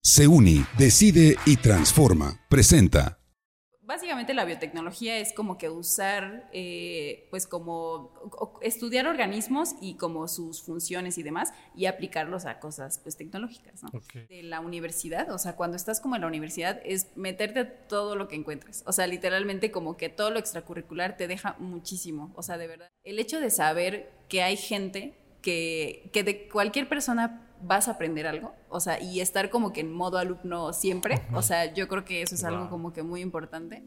Se une, decide y transforma. Presenta. Básicamente la biotecnología es como que usar, pues como estudiar organismos y como sus funciones y demás y aplicarlos a cosas pues tecnológicas, ¿no? Okay. De la universidad, o sea, cuando estás como en la universidad es meterte a todo lo que encuentres, o sea, literalmente como que todo lo extracurricular te deja muchísimo, o sea, de verdad. El hecho de saber que hay gente que de cualquier persona vas a aprender algo, o sea, y estar como que en modo alumno siempre, o sea, yo creo que eso es algo como que muy importante.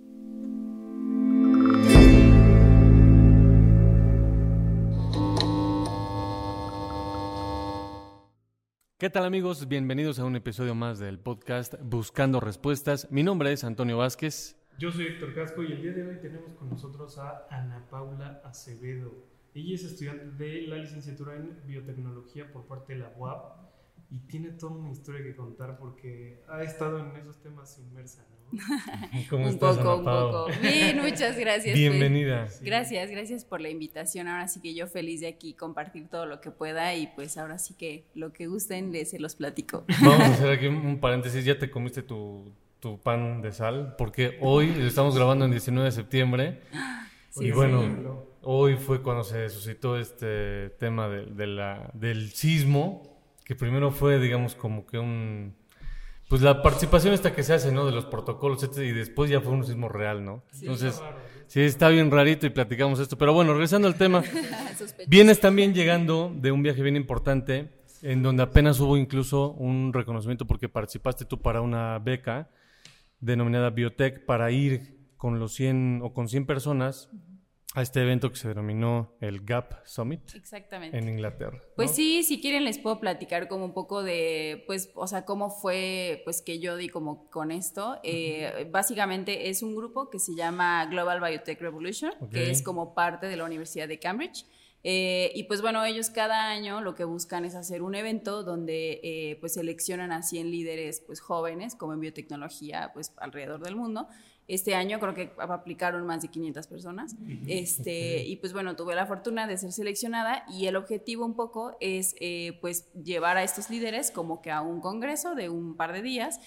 ¿Qué tal, amigos? Bienvenidos a un episodio más del podcast Buscando Respuestas. Mi nombre es Antonio Vázquez. Yo soy Héctor Casco y el día de hoy tenemos con nosotros a Ana Paula Acevedo. Ella es estudiante de la licenciatura en biotecnología por parte de la UAP y tiene toda una historia que contar porque ha estado en esos temas inmersa, ¿no? ¿Cómo estás, Ana Pau? Un poco. Bien, muchas gracias. Bienvenida. Pues, gracias por la invitación. Ahora sí que yo feliz de aquí compartir todo lo que pueda y pues ahora sí que lo que gusten se los platico. Vamos a hacer aquí un paréntesis. ¿Ya te comiste tu pan de sal? Porque hoy estamos grabando en 19 de septiembre Sí, y bueno, hoy fue cuando se suscitó este tema del sismo, que primero fue, digamos, como que pues la participación esta que se hace, ¿no? De los protocolos, etcétera, y después ya fue un sismo real, ¿no? Sí, entonces, sí, está bien rarito y platicamos esto. Pero bueno, regresando al tema, Sospechoso. vienes también llegando de un viaje bien importante, en donde apenas hubo incluso un reconocimiento porque participaste tú para una beca denominada Biotech para ir con los 100 o con 100 personas a este evento que se denominó el GAP Summit. Exactamente. En Inglaterra, ¿no? Pues sí, si quieren les puedo platicar como un poco de, pues, o sea, cómo fue, pues, que yo di como con esto. Básicamente es un grupo que se llama Global Biotech Revolution, que es como parte de la Universidad de Cambridge. Y pues bueno, ellos cada año lo que buscan es hacer un evento donde pues seleccionan a 100 líderes pues jóvenes como en biotecnología pues alrededor del mundo. Este año creo que aplicaron más de 500 personas. Y pues bueno, tuve la fortuna de ser seleccionada y el objetivo un poco es pues llevar a estos líderes como que a un congreso de un par de días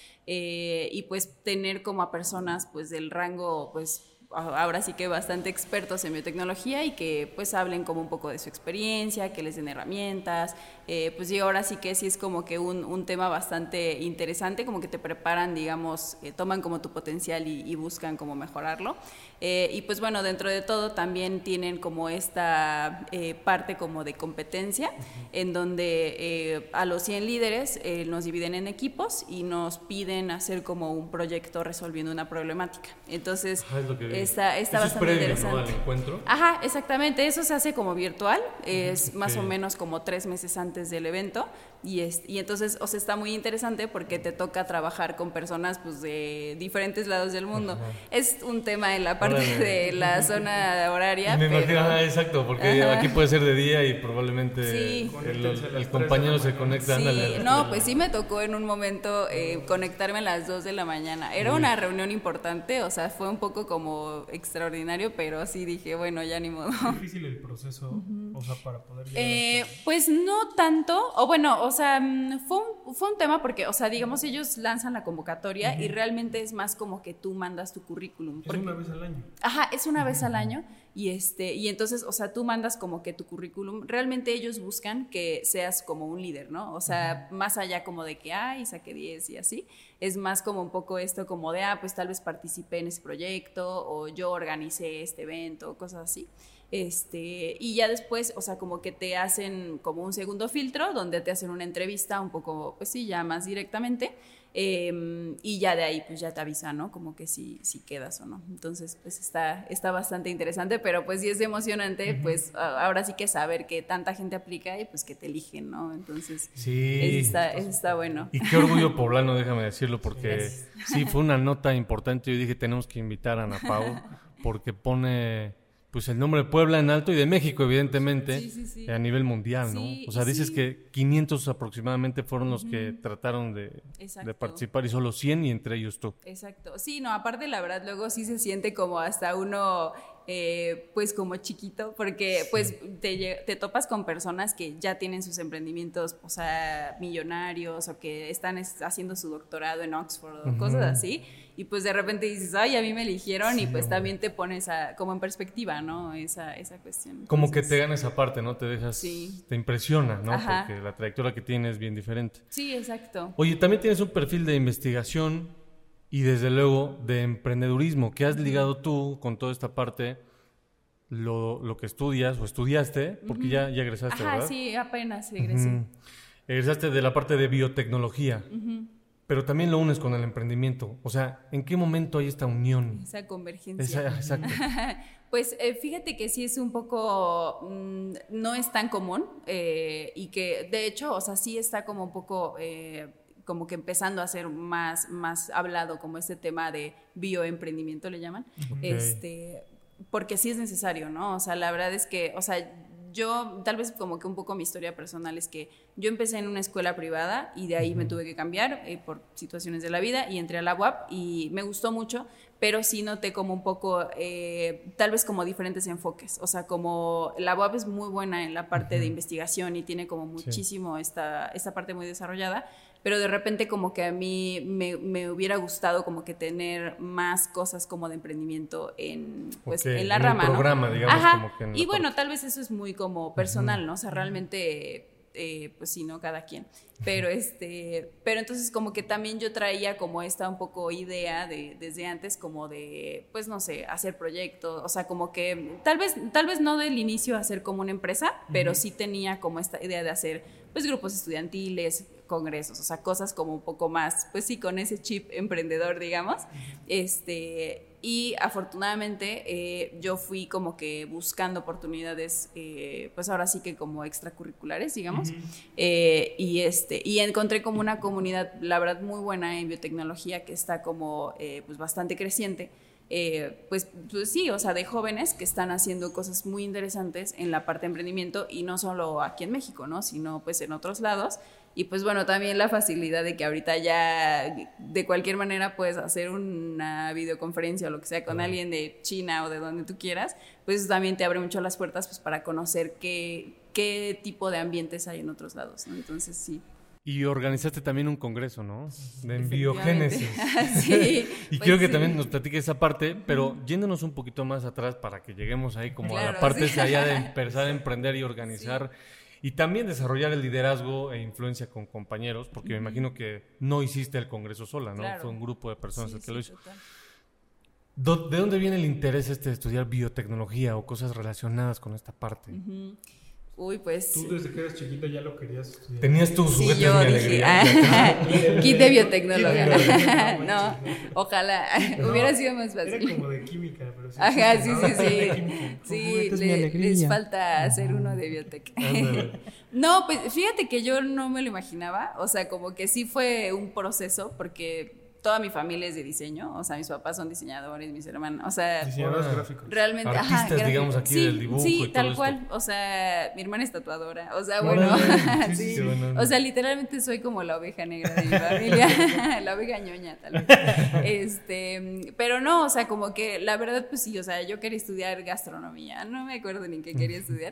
y pues tener como a personas pues del rango pues ahora sí que bastante expertos en biotecnología y que pues hablen como un poco de su experiencia, que les den herramientas, pues y ahora sí que sí es como que un tema bastante interesante, como que te preparan, digamos, toman como tu potencial y buscan como mejorarlo. Y pues bueno, dentro de todo también tienen como esta parte como de competencia, en donde a los 100 líderes nos dividen en equipos y nos piden hacer como un proyecto resolviendo una problemática. Entonces, está bastante interesante. ¿No? Al encuentro. Ajá, exactamente, eso se hace como virtual, es más o menos como 3 meses antes del evento y entonces, o sea, está muy interesante porque te toca trabajar con personas pues de diferentes lados del mundo. Ajá. Es un tema en la parte de la zona horaria. Me imagino, exacto, porque aquí puede ser de día y probablemente sí. el compañero se conecta. Sí, ándale, no, pues sí me tocó en un momento conectarme a las 2 de la mañana. Era una reunión importante, o sea, fue un poco como extraordinario, pero sí dije, bueno, ya ni modo. ¿Es difícil el proceso, o sea, para poder llegar pues no tanto, o bueno, o sea, fue un tema porque, o sea, digamos, ellos lanzan la convocatoria y realmente es más como que tú mandas tu currículum. Es una vez al año. Ajá, es una vez al año y entonces, o sea, tú mandas como que tu currículum, realmente ellos buscan que seas como un líder, ¿no? O sea, más allá como de que, saqué 10 y así, es más como un poco esto como de, pues tal vez participé en ese proyecto o yo organicé este evento, cosas así. Y ya después, o sea, como que te hacen como un segundo filtro donde te hacen una entrevista un poco, pues sí, ya más directamente y ya de ahí pues ya te avisan, ¿no? Como que si quedas o no. Entonces pues está bastante interesante, pero pues sí es emocionante, pues ahora sí que saber que tanta gente aplica y pues que te eligen, ¿no? Entonces sí, está bueno. Y qué orgullo poblano, déjame decirlo, porque sí fue una nota importante. Yo dije, tenemos que invitar a Ana Pau porque pone pues el nombre de Puebla en alto y de México, evidentemente, a nivel mundial, ¿no? O sea, dices que 500 aproximadamente fueron los que trataron de participar y solo 100 y entre ellos tú. Exacto. Sí, no, aparte la verdad luego sí se siente como hasta uno pues como chiquito, porque pues te topas con personas que ya tienen sus emprendimientos, o sea, millonarios, o que están haciendo su doctorado en Oxford o cosas así, y pues de repente dices, ay, a mí me eligieron, y pues también te pones como en perspectiva, ¿no? Esa cuestión. Entonces, como que te gana esa parte, ¿no? Te dejas, te impresiona, ¿no? Ajá. Porque la trayectoria que tienes es bien diferente. Sí, exacto. Oye, también tienes un perfil de investigación y desde luego de emprendedurismo, que has ligado tú con toda esta parte, lo que estudias o estudiaste, porque ya egresaste, Ajá, ¿verdad? Sí, apenas egresé. Egresaste de la parte de biotecnología, pero también lo unes con el emprendimiento. O sea, ¿en qué momento hay esta unión? Esa convergencia. Exacto. Pues fíjate que sí es un poco, no es tan común y que de hecho, o sea, sí está como un poco... como que empezando a ser más hablado como este tema de bioemprendimiento le llaman, porque sí es necesario, ¿no? O sea, la verdad es que, o sea, yo tal vez como que un poco mi historia personal es que yo empecé en una escuela privada y de ahí me tuve que cambiar por situaciones de la vida y entré a la UAP y me gustó mucho, pero sí noté como un poco, tal vez como diferentes enfoques, o sea, como la UAP es muy buena en la parte de investigación y tiene como muchísimo esta parte muy desarrollada, pero de repente como que a mí me hubiera gustado como que tener más cosas como de emprendimiento en la rama, el programa, ¿no? digamos. Ajá. Como que en Y bueno, tal vez eso es muy como personal, ¿no? O sea, realmente, pues sí, ¿no? Cada quien. Pero entonces como que también yo traía como esta un poco idea desde antes como de, pues no sé, hacer proyectos, o sea, como que tal vez no del inicio hacer como una empresa, pero sí tenía como esta idea de hacer pues grupos estudiantiles, congresos, o sea, cosas como un poco más, pues sí, con ese chip emprendedor, digamos. Y afortunadamente yo fui como que buscando oportunidades, pues ahora sí que como extracurriculares, digamos, y encontré como una comunidad, la verdad, muy buena en biotecnología que está como pues bastante creciente. Pues sí, o sea, de jóvenes que están haciendo cosas muy interesantes en la parte de emprendimiento y no solo aquí en México, ¿no? Sino pues en otros lados. Y pues bueno, también la facilidad de que ahorita ya de cualquier manera puedes hacer una videoconferencia o lo que sea con alguien de China o de donde tú quieras, pues eso también te abre mucho las puertas pues para conocer qué tipo de ambientes hay en otros lados, ¿no? Entonces sí. Y organizaste también un congreso, ¿no? De biogénesis. Sí. Y pues quiero que sí. también nos platiques esa parte, pero yéndonos un poquito más atrás para que lleguemos ahí como Claro, a la parte sí. allá de empezar a emprender y organizar y también desarrollar el liderazgo e influencia con compañeros, porque me imagino que no hiciste el congreso sola, ¿no? Claro. Fue un grupo de personas el que lo hizo. Total. ¿De dónde viene el interés de estudiar biotecnología o cosas relacionadas con esta parte? Uy, pues... Tú desde que eras chiquita ya lo querías estudiar. Tenías tus Sí, juguetes yo de dije, alegría. kit de biotecnóloga. Kit de No, ojalá, No, hubiera sido más Era fácil. como de química, pero sí. Ajá, sí. De química. Sí, les falta hacer uno de biotec. No, pues fíjate que yo no me lo imaginaba, o sea, como que sí fue un proceso, porque toda mi familia es de diseño, o sea, mis papás son diseñadores, mis hermanos, o sea... Diseñadores gráficos. Realmente, Artistas, gráficos. digamos, aquí sí, del dibujo y sí, todo tal esto. cual, o sea, mi hermana es tatuadora, o sea, Órale, bueno, sí, sí, bueno. o sea, literalmente soy como la oveja negra de mi familia, la oveja ñoña, tal vez, pero no, o sea, como que la verdad, pues sí, o sea, yo quería estudiar gastronomía, no me acuerdo ni qué quería estudiar,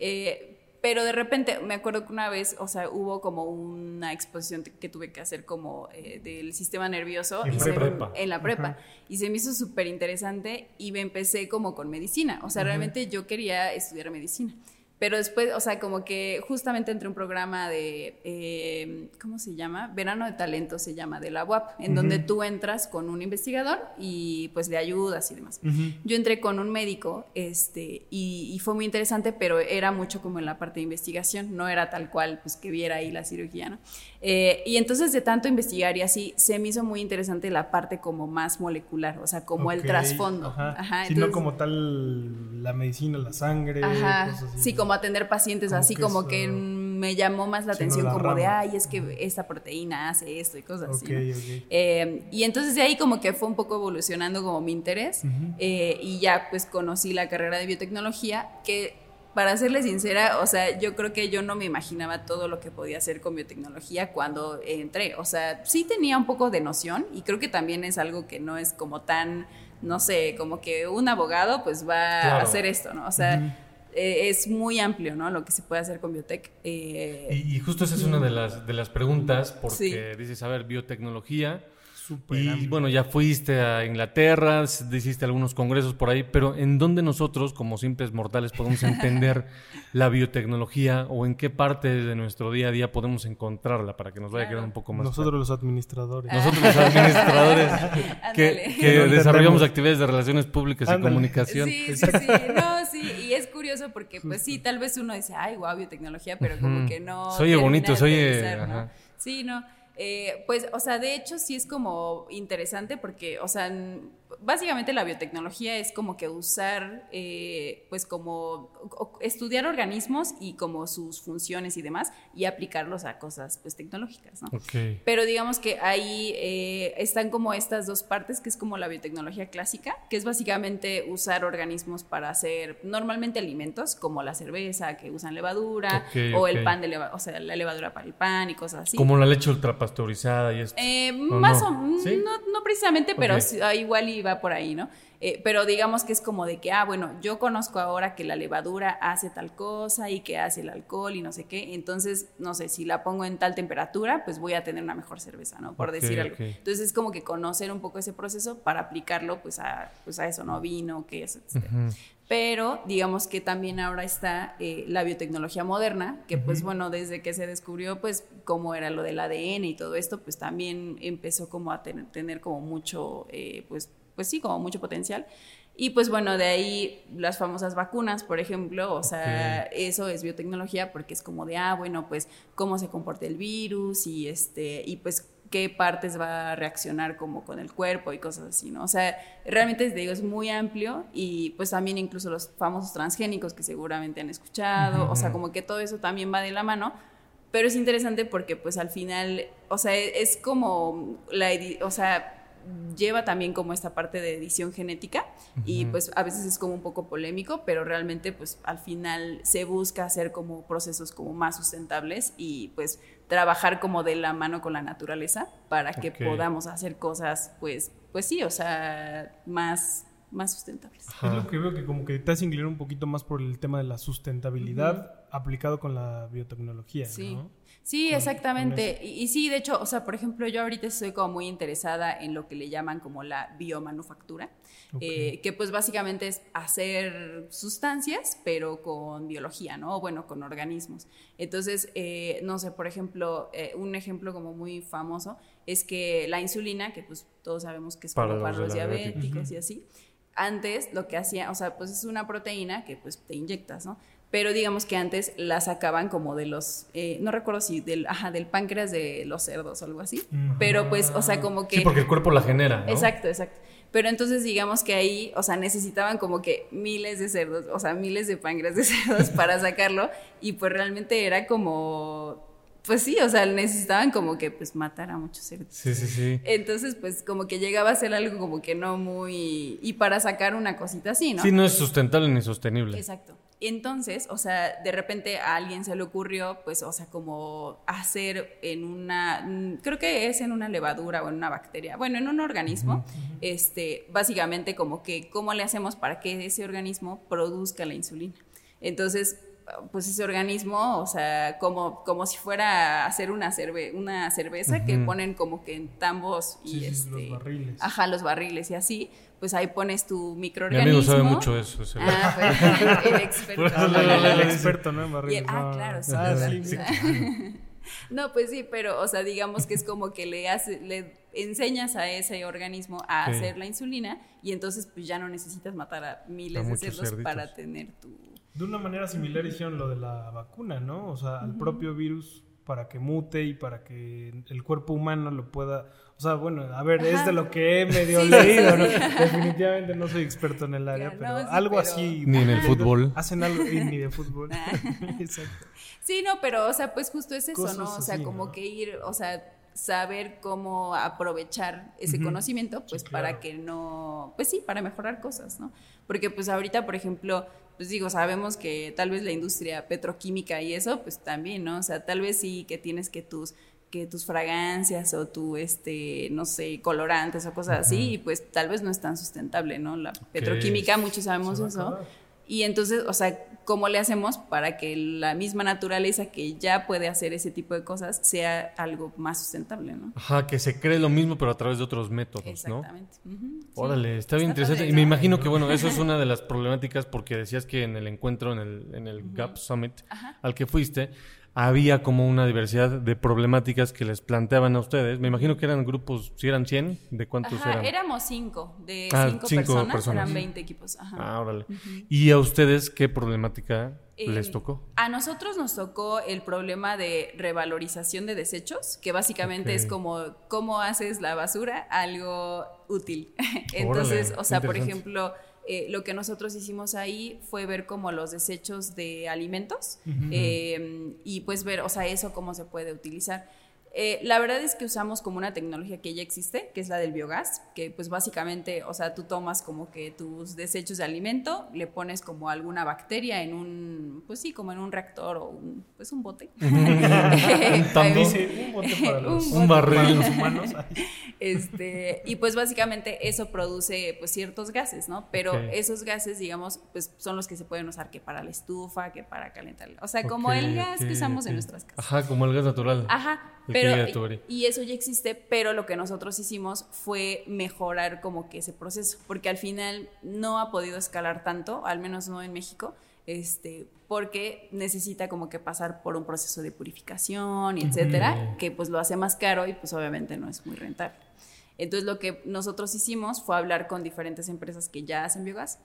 pero de repente me acuerdo que una vez, o sea, hubo como una exposición que tuve que hacer como del sistema nervioso en la prepa. Y se me hizo súper interesante y me empecé como con medicina. O sea, realmente yo quería estudiar medicina. Pero después, o sea, como que justamente entré a un programa de, ¿cómo se llama? Verano de Talento se llama, de la UAP, en donde tú entras con un investigador y pues le ayudas y demás. Yo entré con un médico y fue muy interesante, pero era mucho como en la parte de investigación, no era tal cual pues que viera ahí la cirugía, ¿no? Y entonces de tanto investigar y así, se me hizo muy interesante la parte como más molecular, o sea, como el trasfondo. Ajá, entonces, no como tal la medicina, la sangre, cosas así. Sí, como atender pacientes, como así como que me llamó más la atención, como rama. De, ay, es que esta proteína hace esto y cosas así. ¿no? Y entonces de ahí como que fue un poco evolucionando como mi interés y ya pues conocí la carrera de biotecnología que, para serle sincera, o sea, yo creo que yo no me imaginaba todo lo que podía hacer con biotecnología cuando entré. O sea, sí tenía un poco de noción y creo que también es algo que no es como tan no sé, como que un abogado pues va a hacer esto, ¿no? O sea, es muy amplio, ¿no? Lo que se puede hacer con biotech. Y justo esa es una de las preguntas, porque dices, a ver, biotecnología. Y bueno, ya fuiste a Inglaterra, hiciste algunos congresos por ahí, pero ¿en dónde nosotros, como simples mortales, podemos entender la biotecnología o en qué parte de nuestro día a día podemos encontrarla para que nos vaya quedando un poco más Nosotros claro? los administradores. Nosotros los administradores que desarrollamos actividades de relaciones públicas y comunicación. Sí, no, sí, y es curioso porque pues sí, tal vez uno dice, ay, wow, biotecnología, pero como que no... Se oye bonito, se oye... ¿no? Sí, no. Pues, o sea, de hecho sí es como interesante porque, o sea, básicamente la biotecnología es como que usar, pues como estudiar organismos y como sus funciones y demás y aplicarlos a cosas pues tecnológicas, ¿no? Okay. Pero digamos que ahí están como estas dos partes, que es como la biotecnología clásica, que es básicamente usar organismos para hacer normalmente alimentos, como la cerveza, que usan levadura, o el pan o sea, la levadura para el pan y cosas así. Como la leche ultrapasteurizada y esto. Más o menos, ¿sí? no precisamente, pero igual iba por ahí, ¿no? Pero digamos que es como de que, bueno, yo conozco ahora que la levadura hace tal cosa y que hace el alcohol y no sé qué, entonces, no sé, si la pongo en tal temperatura, pues voy a tener una mejor cerveza, ¿no? Por decir algo. Entonces es como que conocer un poco ese proceso para aplicarlo pues a eso, ¿no? Vino, queso, etc. Pero digamos que también ahora está la biotecnología moderna, que pues bueno, desde que se descubrió pues cómo era lo del ADN y todo esto, pues también empezó como a tener como mucho, pues sí, como mucho potencial. Y pues bueno, de ahí las famosas vacunas, por ejemplo, o sea, eso es biotecnología porque es como de, bueno, pues cómo se comporta el virus y pues qué partes va a reaccionar como con el cuerpo y cosas así, ¿no? O sea, realmente, te digo, es muy amplio y pues también incluso los famosos transgénicos que seguramente han escuchado, o sea, como que todo eso también va de la mano, pero es interesante porque pues al final, o sea, es como o sea, lleva también como esta parte de edición genética y pues a veces es como un poco polémico, pero realmente pues al final se busca hacer como procesos como más sustentables y pues trabajar como de la mano con la naturaleza para que podamos hacer cosas pues sí, o sea, más sustentables. Es lo que veo que como que te hace inclinar un poquito más por el tema de la sustentabilidad aplicado con la biotecnología, ¿no? Sí, exactamente. Y sí, de hecho, o sea, por ejemplo, yo ahorita estoy como muy interesada en lo que le llaman como la biomanufactura, que pues básicamente es hacer sustancias, pero con biología, ¿no? O bueno, con organismos. Entonces, no sé, por ejemplo, un ejemplo como muy famoso es que la insulina, que pues todos sabemos que es como para los diabéticos y así, antes lo que hacía, o sea, pues es una proteína que pues te inyectas, ¿no? Pero digamos que antes la sacaban como de los, no recuerdo si del páncreas de los cerdos o algo así, pero pues, o sea, como que... Sí, porque el cuerpo la genera, ¿no? Exacto. Pero entonces digamos que ahí, o sea, necesitaban como que miles de cerdos, o sea, miles de páncreas de cerdos para sacarlo y pues realmente era como... Pues sí, o sea, necesitaban como que pues matar a muchos cerdos. Sí. Entonces, pues como que llegaba a ser algo como que no muy... Y para sacar una cosita así, ¿no? Sí, no es sustentable ni sostenible. Exacto. Entonces, o sea, de repente a alguien se le ocurrió, pues, o sea, como hacer en creo que es en una levadura o en una bacteria, bueno, en un organismo, básicamente como que, ¿cómo le hacemos para que ese organismo produzca la insulina? Entonces, pues ese organismo, o sea, como si fuera a hacer una cerveza que ponen como que en tambos y los barriles. Los barriles y así, pues ahí pones tu microorganismo. Mi amigo sabe mucho eso. Pues el experto. El experto, ¿no? En barriles. Claro, sí. No, pues sí, pero, o sea, digamos que es como que le enseñas a ese organismo a hacer la insulina y entonces pues ya no necesitas matar a miles de cerdos para tener tu... De una manera similar hicieron lo de la vacuna, ¿no? O sea, al propio virus para que mute y para que el cuerpo humano lo pueda... O sea, bueno, a ver, es de lo que he medio leído, ¿no? Definitivamente no soy experto en el área, pero algo así... Ni en el fútbol. Hacen algo, ni de fútbol. Exacto. Sí, no, pero, o sea, pues justo es eso, Cosas ¿no? O sea, así, como ¿no? que ir, o sea, saber cómo aprovechar ese conocimiento, pues para que no... Pues sí, para mejorar cosas, ¿no? Porque pues ahorita, por ejemplo... Pues digo, sabemos que tal vez la industria petroquímica y eso, pues también, ¿no? O sea, tal vez sí que tienes que que tus fragancias o tu, no sé, colorantes o cosas así, y pues tal vez no es tan sustentable, ¿no? La petroquímica, muchos sabemos eso. Y entonces, o sea, ¿cómo le hacemos para que la misma naturaleza que ya puede hacer ese tipo de cosas sea algo más sustentable, ¿no? Ajá, que se cree lo mismo pero a través de otros métodos, exactamente. ¿no? Uh-huh. Órale, sí. está bien interesante. Y me imagino que, bueno, eso es una de las problemáticas porque decías que en el encuentro, en el GAP Summit al que fuiste, había como una diversidad de problemáticas que les planteaban a ustedes. Me imagino que eran grupos, si eran 100, ¿de cuántos eran? Éramos 5, de 5 personas, eran 20 equipos. Ajá. Órale. ¿Y a ustedes qué problemática les tocó? A nosotros nos tocó el problema de revalorización de desechos, que básicamente es como cómo haces la basura algo útil. Entonces, órale, o sea, por ejemplo, lo que nosotros hicimos ahí fue ver como los desechos de alimentos y pues ver, o sea, eso cómo se puede utilizar. La verdad es que usamos como una tecnología que ya existe, que es la del biogás, que pues básicamente, o sea, tú tomas como que tus desechos de alimento, le pones como alguna bacteria en un, pues sí, como en un reactor o un bote. Un bote para un barril para los humanos. Y pues básicamente eso produce pues ciertos gases, ¿no? Pero esos gases, digamos, pues son los que se pueden usar que para la estufa, que para calentar. O sea, como el gas que usamos en nuestras casas. Ajá, como el gas natural. Ajá. Y eso ya existe, pero lo que nosotros hicimos fue mejorar como que ese proceso, porque al final no ha podido escalar tanto, al menos no en México, porque necesita como que pasar por un proceso de purificación y etcétera, que pues lo hace más caro y pues obviamente no es muy rentable. Entonces lo que nosotros hicimos fue hablar con diferentes empresas que ya hacen biogás,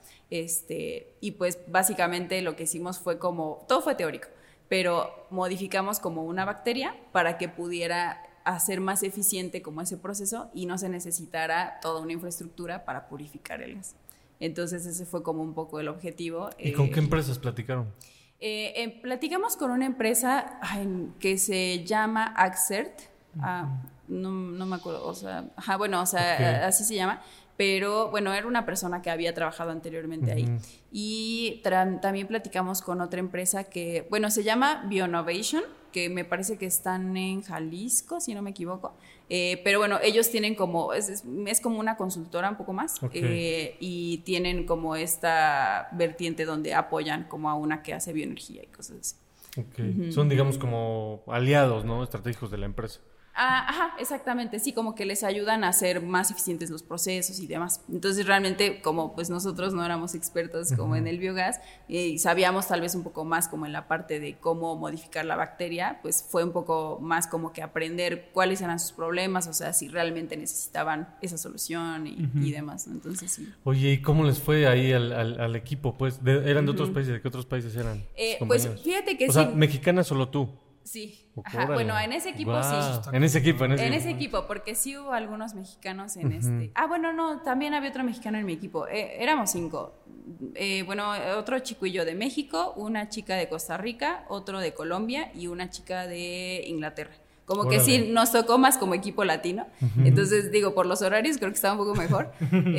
y pues básicamente lo que hicimos fue como, todo fue teórico, pero modificamos como una bacteria para que pudiera hacer más eficiente como ese proceso y no se necesitara toda una infraestructura para purificar el gas. Entonces ese fue como un poco el objetivo. ¿Y con qué empresas platicaron? Platicamos con una empresa que se llama Axert, no me acuerdo, o sea, así se llama. Pero bueno, era una persona que había trabajado anteriormente ahí. Y también platicamos con otra empresa que, bueno, se llama Bionovation, que me parece que están en Jalisco, si no me equivoco. Pero bueno, ellos tienen como, es como una consultora un poco más, y tienen como esta vertiente donde apoyan como a una que hace bioenergía y cosas así. Son, digamos, como aliados, ¿no? Estratégicos de la empresa. Ajá, exactamente, sí, como que les ayudan a hacer más eficientes los procesos y demás. Entonces realmente como pues nosotros no éramos expertos como en el biogás y sabíamos tal vez un poco más como en la parte de cómo modificar la bacteria, pues fue un poco más como que aprender cuáles eran sus problemas, o sea, si realmente necesitaban esa solución y demás, ¿no? Entonces sí. Oye, ¿y cómo les fue ahí al equipo? Pues, ¿eran de otros países? ¿De qué otros países eran? Pues fíjate que o sea, ¿mexicana solo tú? Sí, ajá. Bueno, en ese equipo sí. En ese equipo, porque sí hubo algunos mexicanos en bueno, no, también había otro mexicano en mi equipo. Éramos 5. Bueno, otro chico y yo de México, una chica de Costa Rica, otro de Colombia y una chica de Inglaterra. Como que sí, nos tocó más como equipo latino. Entonces, digo, por los horarios creo que estaba un poco mejor.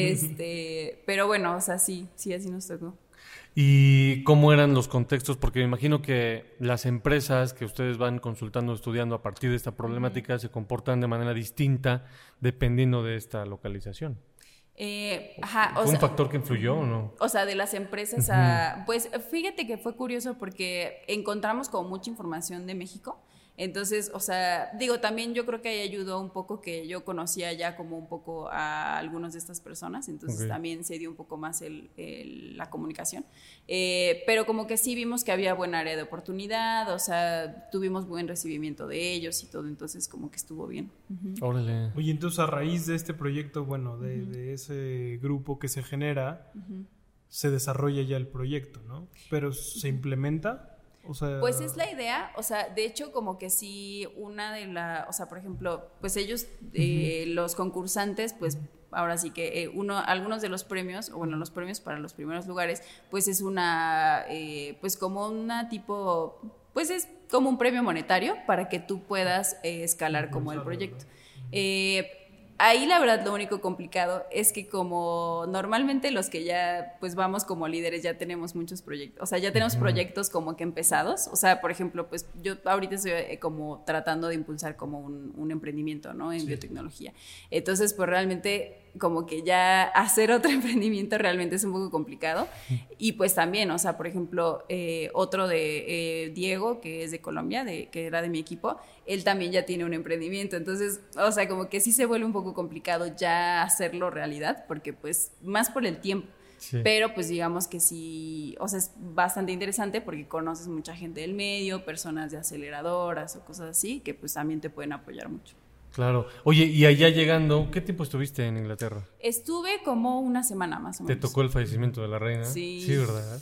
Pero bueno, o sea, sí, así nos tocó. ¿Y cómo eran los contextos? Porque me imagino que las empresas que ustedes van consultando, estudiando a partir de esta problemática se comportan de manera distinta dependiendo de esta localización. ¿Fue un factor que influyó o no? O sea, de las empresas pues fíjate que fue curioso porque encontramos como mucha información de México. Entonces, o sea, digo, también yo creo que ahí ayudó un poco que yo conocía ya como un poco a algunas de estas personas, entonces también se dio un poco más la comunicación, pero como que sí vimos que había buen área de oportunidad, o sea, tuvimos buen recibimiento de ellos y todo, entonces como que estuvo bien. Órale. Oye, entonces a raíz de este proyecto, bueno, de ese grupo que se genera, se desarrolla ya el proyecto, ¿no? Pero ¿se implementa? O sea, pues es la idea, o sea, de hecho como que sí o sea, por ejemplo, pues ellos, los concursantes, pues ahora sí que algunos de los premios, o bueno, los premios para los primeros lugares, pues es pues como una tipo, pues es como un premio monetario para que tú puedas escalar como el proyecto. Ahí la verdad lo único complicado es que como normalmente los que ya pues vamos como líderes ya tenemos muchos proyectos, o sea, ya tenemos proyectos como que empezados, o sea, por ejemplo, pues yo ahorita estoy como tratando de impulsar como un emprendimiento, ¿no? En biotecnología. Entonces, pues realmente como que ya hacer otro emprendimiento realmente es un poco complicado. Y pues también, o sea, por ejemplo, otro de Diego, que es de Colombia, que era de mi equipo, él también ya tiene un emprendimiento. Entonces, o sea, como que sí se vuelve un poco complicado ya hacerlo realidad, porque pues más por el tiempo. Sí. Pero pues digamos que sí, o sea, es bastante interesante porque conoces mucha gente del medio, personas de aceleradoras o cosas así, que pues también te pueden apoyar mucho. Claro. Oye, y allá llegando, ¿qué tiempo estuviste en Inglaterra? Estuve como una semana más o menos. ¿Te tocó el fallecimiento de la reina? Sí. Sí, ¿verdad?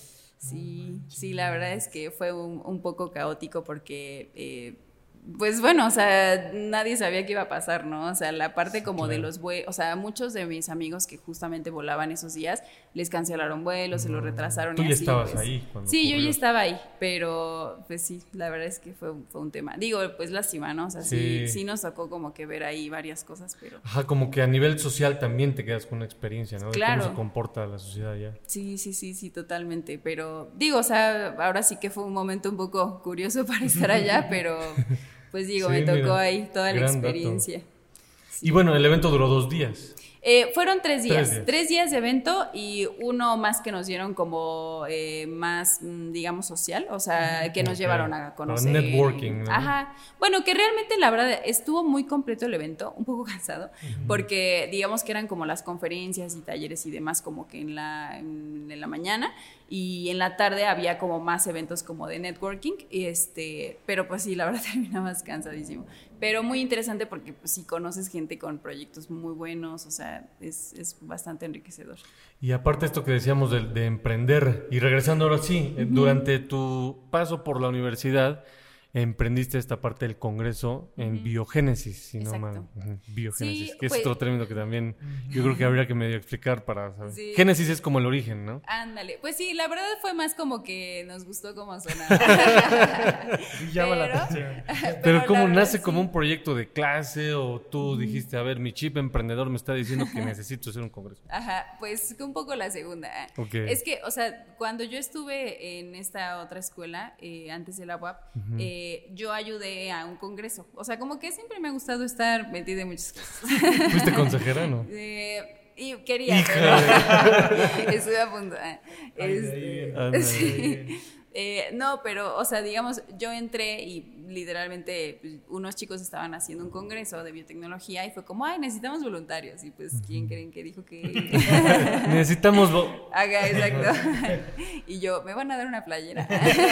Sí, la verdad es que fue un poco caótico porque... pues bueno, o sea, nadie sabía qué iba a pasar, ¿no? O sea, la parte como de los vuelos, o sea, muchos de mis amigos que justamente volaban esos días, les cancelaron vuelos, se los retrasaron. ¿Tú y ya así, estabas pues, ahí? Sí, yo ya estaba ahí, pero pues sí, la verdad es que fue un tema. Digo, pues lástima, ¿no? O sea, sí nos tocó como que ver ahí varias cosas, pero... Ajá, como que a nivel social también te quedas con una experiencia, ¿no? De claro. cómo se comporta la sociedad allá. Sí, totalmente, pero digo, o sea, ahora sí que fue un momento un poco curioso para estar allá, pero... Pues digo, me tocó ahí toda la experiencia. Sí. Y bueno, el evento duró 2 días. Fueron 3 días. 3 días de evento y uno más que nos dieron como más, digamos, social. O sea, que nos llevaron a conocer. Networking, ¿no? Ajá. Bueno, que realmente la verdad estuvo muy completo el evento, un poco cansado, porque digamos que eran como las conferencias y talleres y demás como que en la mañana. Y en la tarde había como más eventos como de networking, pero pues sí, la verdad terminabas cansadísimo. Pero muy interesante porque pues sí conoces gente con proyectos muy buenos, o sea, es bastante enriquecedor. Y aparte esto que decíamos de emprender, y regresando ahora sí, durante tu paso por la universidad, emprendiste esta parte del congreso en biogénesis, si no mal. Biogénesis, sí, que es otro término que también yo creo que habría que medio explicar para saber. Sí. Génesis es como el origen, ¿no? Ándale, pues sí, la verdad fue más como que nos gustó cómo sonaba. Llama la atención. Pero ¿cómo nace como un proyecto de clase o tú dijiste, a ver, mi chip emprendedor me está diciendo que necesito hacer un congreso? Ajá, pues un poco la segunda. Okay. Es que, o sea, cuando yo estuve en esta otra escuela, antes de la UAP, yo ayudé a un congreso. O sea, como que siempre me ha gustado estar metida en muchas cosas. ¿Fuiste consejera, no? Y quería, pero estuve a punto. No, pero, o sea, digamos, yo entré y literalmente pues, unos chicos estaban haciendo un congreso de biotecnología y fue como, ay, necesitamos voluntarios. Y pues, ¿quién creen que dijo que...? Necesitamos... Haga, exacto. Y yo, ¿me van a dar una playera?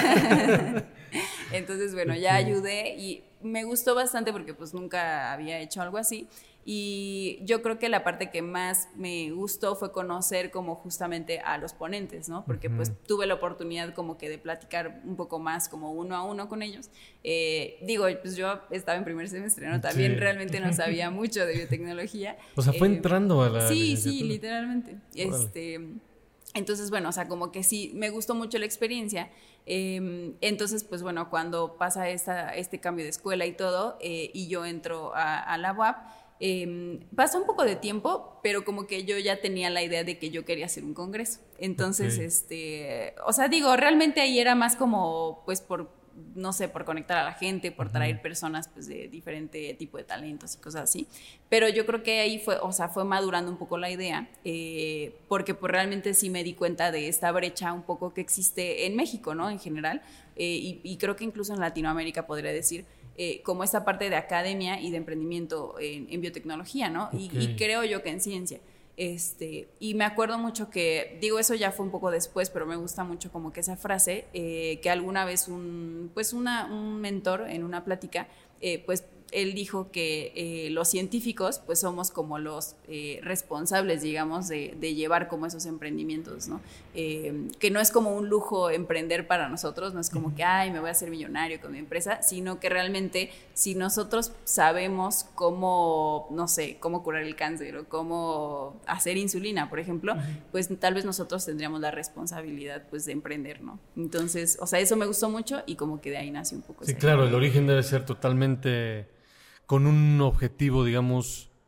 Entonces, bueno, ya ayudé y me gustó bastante porque pues nunca había hecho algo así. Y yo creo que la parte que más me gustó fue conocer como justamente a los ponentes, ¿no? Porque pues tuve la oportunidad como que de platicar un poco más como uno a uno con ellos. Digo, pues yo estaba en primer semestre, ¿no? También realmente no sabía mucho de biotecnología. O sea, fue entrando a la... Sí, literalmente. Entonces, bueno, o sea, como que sí, me gustó mucho la experiencia. Entonces, pues bueno, cuando pasa este cambio de escuela y todo, y yo entro a la UAP, pasa un poco de tiempo, pero como que yo ya tenía la idea de que yo quería hacer un congreso. Entonces, o sea, digo, realmente ahí era más como, pues no sé, por conectar a la gente, por traer personas pues de diferente tipo de talentos y cosas así. Pero yo creo que ahí fue madurando un poco la idea, porque pues realmente sí me di cuenta de esta brecha un poco que existe en México, ¿no? En general, y creo que incluso en Latinoamérica podría decir, como esta parte de academia y de emprendimiento en biotecnología, ¿no? Okay. Y creo yo que en ciencia. Y me acuerdo mucho que, digo, eso ya fue un poco después, pero me gusta mucho como que esa frase, que alguna vez un mentor en una plática, pues él dijo que los científicos pues somos como los responsables, digamos, de llevar como esos emprendimientos, ¿no? Que no es como un lujo emprender para nosotros, no es como que, ay, me voy a hacer millonario con mi empresa, sino que realmente si nosotros sabemos cómo, no sé, cómo curar el cáncer o cómo hacer insulina, por ejemplo, pues tal vez nosotros tendríamos la responsabilidad pues de emprender, ¿no? Entonces, o sea, eso me gustó mucho y como que de ahí nació un poco. Sí, claro, el origen debe ser totalmente con un objetivo, digamos,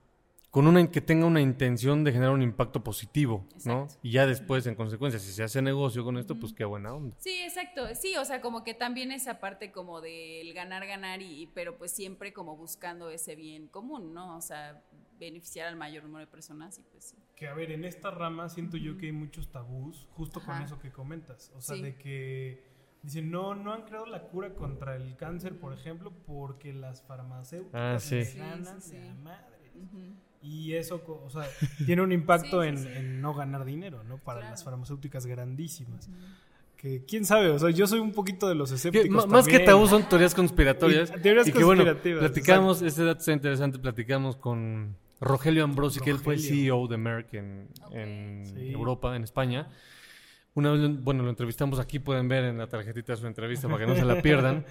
que tenga una intención de generar un impacto positivo, ¿no? Exacto. Y ya después, en consecuencia, si se hace negocio con esto, pues qué buena onda. Sí, exacto. Sí, o sea, como que también esa parte como del ganar, pero pues siempre como buscando ese bien común, ¿no? O sea, beneficiar al mayor número de personas y pues sí. Que a ver, en esta rama siento yo que hay muchos tabús, justo con eso que comentas. O sea, Sí. de que dicen, no han creado la cura contra el cáncer, por ejemplo, porque las farmacéuticas Sí. le ganan Sí. de a madres. Ujú. Y eso, o sea, tiene un impacto Sí, sí, en no ganar dinero, ¿no? Para Claro. las farmacéuticas grandísimas. Que quién sabe, o sea, yo soy un poquito de los escépticos Más que también. tabú son teorías conspiratorias. Y teorías que bueno, conspirativas, platicamos, este dato está interesante, platicamos con Rogelio Ambrosi, que él fue el Rogelio. CEO de Merck en Sí. Europa, en España. Una vez, lo entrevistamos aquí, pueden ver en la tarjetita de su entrevista para que no se la pierdan.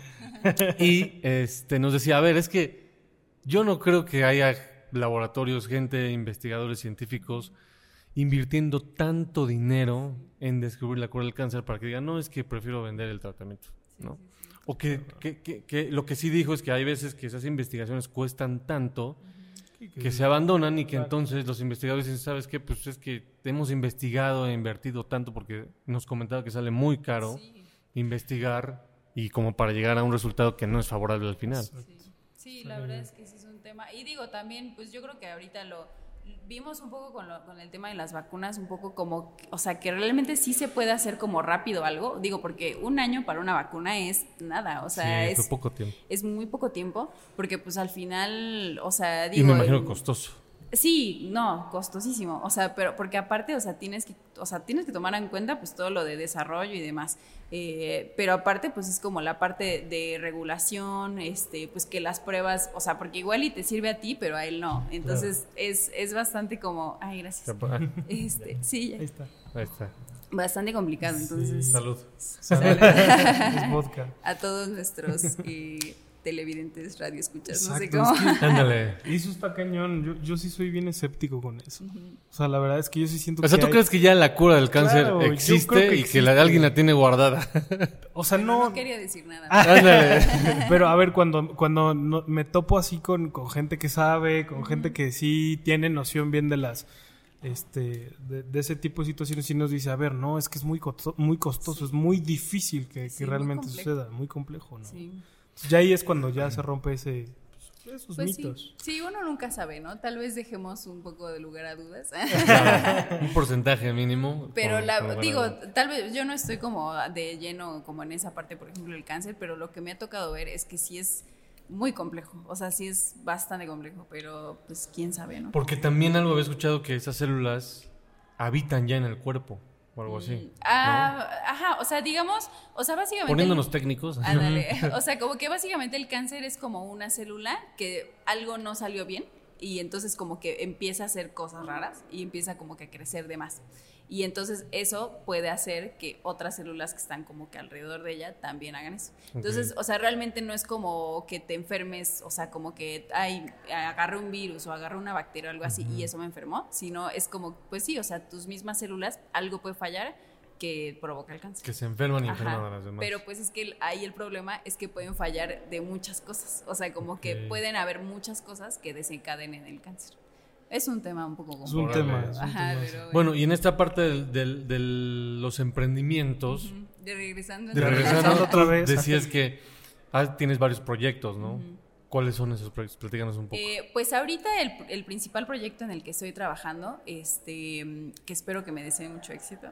Y nos decía, a ver, es que yo no creo que haya laboratorios, gente, investigadores científicos invirtiendo tanto dinero en descubrir la cura del cáncer para que digan, no, es que prefiero vender el tratamiento, ¿no? O que lo que sí dijo es que hay veces que esas investigaciones cuestan tanto que se abandonan y que entonces los investigadores dicen, ¿sabes qué? Pues es que hemos investigado e invertido tanto porque nos comentaba que sale muy caro investigar y como para llegar a un resultado que no es favorable al final. Sí, la verdad es que sí es un tema. Y digo, también, pues yo creo que ahorita lo vimos un poco con el tema de las vacunas, un poco como, o sea, que realmente sí se puede hacer como rápido algo. Digo, porque un año para una vacuna es nada, o sea, Sí, fue poco tiempo. es muy poco tiempo, porque pues al final, o sea, Y digo... me imagino costoso. Sí, no, costosísimo, o sea, pero porque aparte, o sea, tienes que tomar en cuenta pues todo lo de desarrollo y demás, pero aparte pues es como la parte de regulación, pues que las pruebas, o sea, porque igual y te sirve a ti, pero a él no, entonces es bastante como, ay, gracias, sí, Ahí está. Ahí está. bastante complicado, entonces Salud. Es vodka. a todos nuestros televidentes, radioescuchas, no sé Exacto, cómo. es que Ándale. eso está cañón. Yo sí soy bien escéptico con eso. O sea, la verdad es que yo sí siento O sea, que ¿tú crees que ya la cura del cáncer Claro, yo creo existe que y que la de alguien la tiene guardada? O sea, No quería decir nada. Ándale. Pero a ver, cuando me topo así con gente que sabe, con gente que sí tiene noción bien de las de ese tipo de situaciones, y nos dice, a ver, no, es que es muy costoso, es muy difícil que Sí, realmente muy complejo. suceda, muy complejo, ¿no? Sí. Ya ahí es cuando ya se rompe esos Pues mitos. sí, uno nunca sabe, ¿no? Tal vez dejemos un poco de lugar a dudas. Claro, un porcentaje mínimo. Pero por digo, lugar. tal vez yo no estoy como de lleno como en esa parte, por ejemplo, del cáncer, pero lo que me ha tocado ver es que sí es muy complejo, o sea, sí es bastante complejo, pero pues quién sabe, ¿no? Porque también algo había escuchado que esas células habitan ya en el cuerpo o algo así. Ajá, o sea, digamos, o sea, básicamente... Poniéndonos técnicos. Ándale. O sea, como que básicamente el cáncer es como una célula que algo no salió bien y entonces como que empieza a hacer cosas raras y empieza como que a crecer de más. Y entonces eso puede hacer que otras células que están como que alrededor de ella también hagan eso. Entonces, o sea, realmente no es como que te enfermes, o sea, como que, ay, agarré un virus o agarré una bacteria o algo así y eso me enfermó, sino es como, pues sí, o sea, tus mismas células, algo puede fallar que provoca el cáncer. Que se enferman y Ajá, enferman a las demás. pero pues es que ahí el problema es que pueden fallar de muchas cosas, o sea, como que pueden haber muchas cosas que desencadenen el cáncer. Es un tema un poco Es un complejo. tema. Ajá, pero Bueno, y en esta parte de los emprendimientos, regresando regresando otra vez. decías que tienes varios proyectos, ¿no? ¿Cuáles son esos proyectos? Platícanos un poco. Pues ahorita el principal proyecto en el que estoy trabajando, que espero que me desee mucho éxito.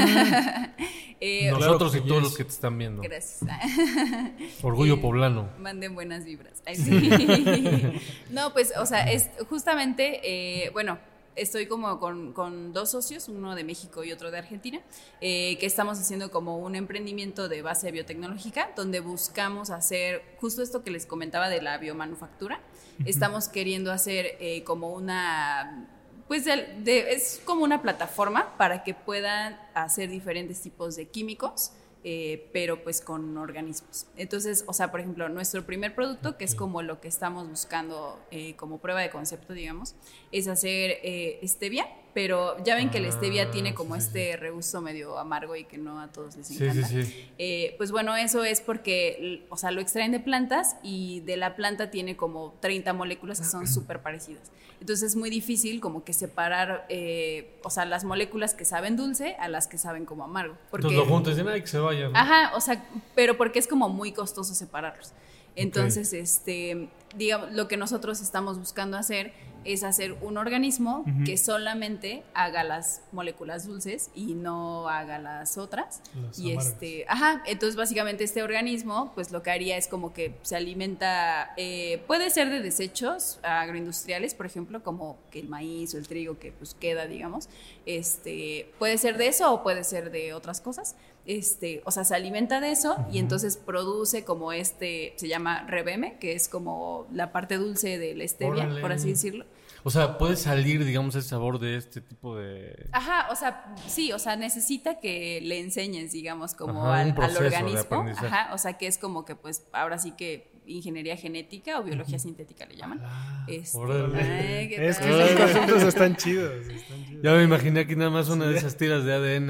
Nosotros claro y que todos yes. los que te están viendo. Gracias. Orgullo poblano. Manden buenas vibras. Ay, sí. No, pues, o sea, es justamente, bueno, estoy como con dos socios, uno de México y otro de Argentina, que estamos haciendo como un emprendimiento de base biotecnológica, donde buscamos hacer justo esto que les comentaba de la biomanufactura. Estamos queriendo hacer como una... Pues es como una plataforma para que puedan hacer diferentes tipos de químicos, pero pues con organismos. Entonces, o sea, por ejemplo, nuestro primer producto, que es como lo que estamos buscando como prueba de concepto, digamos, es hacer stevia, pero ya ven que la stevia tiene como regusto medio amargo y que no a todos les encanta. Pues bueno, eso es porque, o sea, lo extraen de plantas y de la planta tiene como 30 moléculas que son súper parecidas. Entonces es muy difícil como que separar, o sea, las moléculas que saben dulce a las que saben como amargo. Porque, entonces lo juntas y dicen, ay, que se vayan, ¿no? Ajá, o sea, pero porque es como muy costoso separarlos. Entonces, digamos, lo que nosotros estamos buscando hacer es hacer un organismo que solamente haga las moléculas dulces y no haga las otras. Entonces básicamente este organismo, pues lo que haría es como que se alimenta, puede ser de desechos agroindustriales, por ejemplo, como que el maíz o el trigo que pues queda, digamos, puede ser de eso o puede ser de otras cosas. O sea, se alimenta de eso y entonces produce como se llama rebeme, que es como la parte dulce de la stevia, por así decirlo. O sea, puede salir, digamos, el sabor de este tipo de... Ajá, o sea, sí, o sea, necesita que le enseñes, digamos, como al organismo. Ajá, o sea, que es como que, pues, ahora sí que ingeniería genética o biología sintética le llaman. Es que esos conceptos están chidos. Ya me imaginé aquí nada más una de esas tiras de ADN.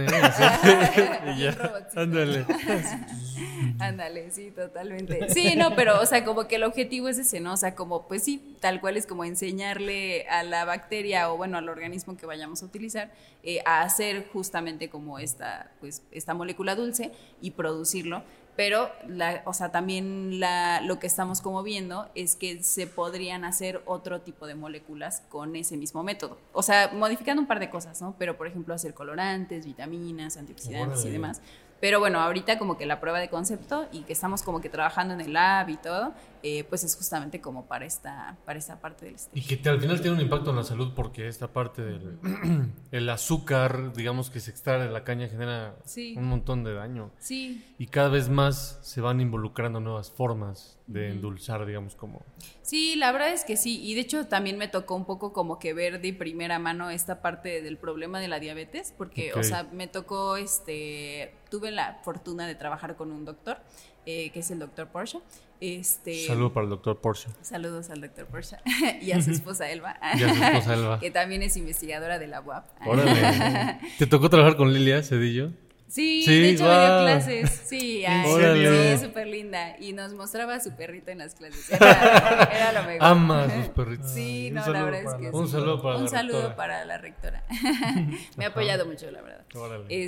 Y ya, ándale. Ándale, sí, totalmente. Sí, no, pero, o sea, como que el objetivo es ese, ¿no? O sea, como, pues sí, tal cual es como enseñarle a la bacteria o, bueno, al organismo que vayamos a utilizar a hacer justamente como esta molécula dulce y producirlo. Pero, o sea, también lo que estamos como viendo es que se podrían hacer otro tipo de moléculas con ese mismo método. O sea, modificando un par de cosas, ¿no? Pero, por ejemplo, hacer colorantes, vitaminas, antioxidantes y demás. Pero bueno, ahorita como que la prueba de concepto y que estamos como que trabajando en el lab y todo, pues es justamente como para esta parte del Y que al final tiene un impacto en la salud porque esta parte del el azúcar, digamos, que se extrae de la caña genera un montón de daño. Sí. Y cada vez más se van involucrando nuevas formas de endulzar, digamos, como... Sí, la verdad es que sí, y de hecho también me tocó un poco como que ver de primera mano esta parte del problema de la diabetes, porque, o sea, me tocó, tuve la fortuna de trabajar con un doctor, que es el doctor Porsche. Saludos para el doctor Porsche. Saludos al doctor Porsche y a su esposa Elba, que también es investigadora de la UAP. Órale. ¿Te tocó trabajar con Lilia Cedillo? Sí, de hecho me dio clases, sí, súper linda, y nos mostraba a su perrito en las clases, era lo mejor. Ama a sus perritos. Sí, no, la verdad es que sí. Un saludo para la rectora. Me ha apoyado mucho, la verdad. Órale.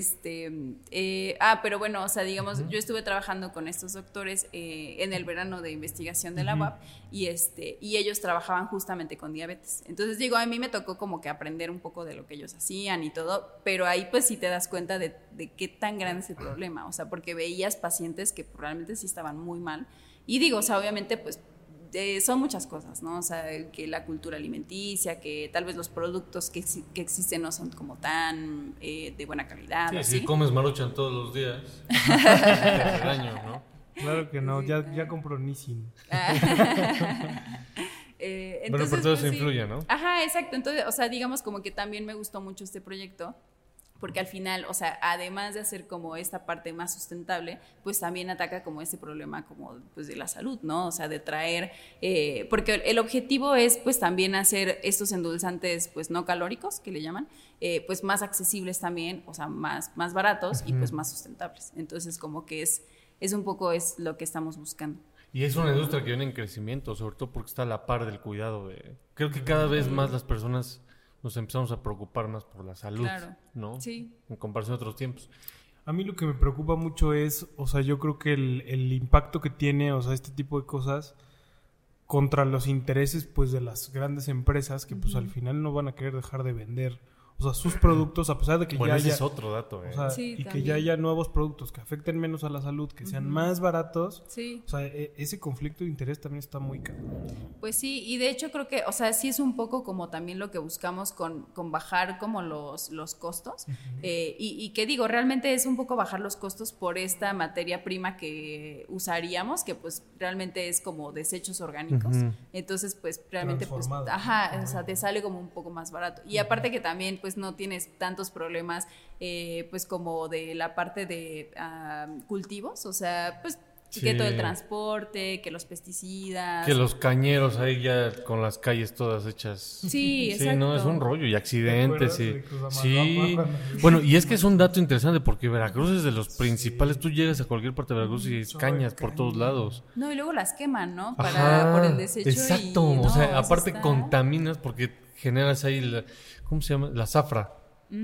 Pero bueno, o sea, digamos, yo estuve trabajando con estos doctores en el verano de investigación de la UAP y ellos trabajaban justamente con diabetes. Entonces, digo, a mí me tocó como que aprender un poco de lo que ellos hacían y todo, pero ahí pues sí te das cuenta de qué tan grande es el problema, o sea, porque veías pacientes que probablemente sí estaban muy mal, y digo, o sea, obviamente, pues, son muchas cosas, ¿no? O sea, que la cultura alimenticia, que tal vez los productos que existen no son como tan de buena calidad. Sí, si comes Maruchan todos los días, te hace daño, ¿no? Claro que no, ya compro Nissin. Entonces, bueno, por todo eso influye, ¿no? Ajá, exacto. Entonces, o sea, digamos como que también me gustó mucho este proyecto, porque al final, o sea, además de hacer como esta parte más sustentable, pues también ataca como este problema como pues de la salud, ¿no? O sea, de traer, porque el objetivo es pues también hacer estos endulzantes pues no calóricos, que le llaman, pues más accesibles también, o sea, más baratos y pues más sustentables. Entonces como que es un poco es lo que estamos buscando. Y es una industria que viene en crecimiento, sobre todo porque está a la par del cuidado. Creo que cada vez más las personas nos empezamos a preocupar más por la salud, ¿no? Sí. En comparación a otros tiempos. A mí lo que me preocupa mucho es, o sea, yo creo que el impacto que tiene, o sea, este tipo de cosas contra los intereses, pues, de las grandes empresas que, pues, al final no van a querer dejar de vender, o sea, sus productos, a pesar de que bueno, ya ese haya... es otro dato, O sea, sí, y también. que ya haya nuevos productos que afecten menos a la salud, que sean más baratos. Sí. O sea, ese conflicto de interés también está muy caro. Pues sí, y de hecho creo que, o sea, sí es un poco como también lo que buscamos con bajar como los costos. Y que digo, realmente es un poco bajar los costos por esta materia prima que usaríamos, que pues realmente es como desechos orgánicos. Entonces, pues realmente, pues, o sea, te sale como un poco más barato. Y aparte que también, pues no tienes tantos problemas, pues como de la parte de cultivos, o sea, pues Sí. Que todo el transporte, que los pesticidas. Que los cañeros ahí ya con las calles todas hechas. Sí, exacto. Sí, no, es un rollo y accidentes. Sí. Bueno, y es que es un dato interesante porque Veracruz es de los principales. Tú llegas a cualquier parte de Veracruz y es cañas por todos lados. No, y luego las queman, ¿no? Por el desecho. Exacto. Y, o sea, aparte contaminas porque generas ahí, ¿cómo se llama? La zafra.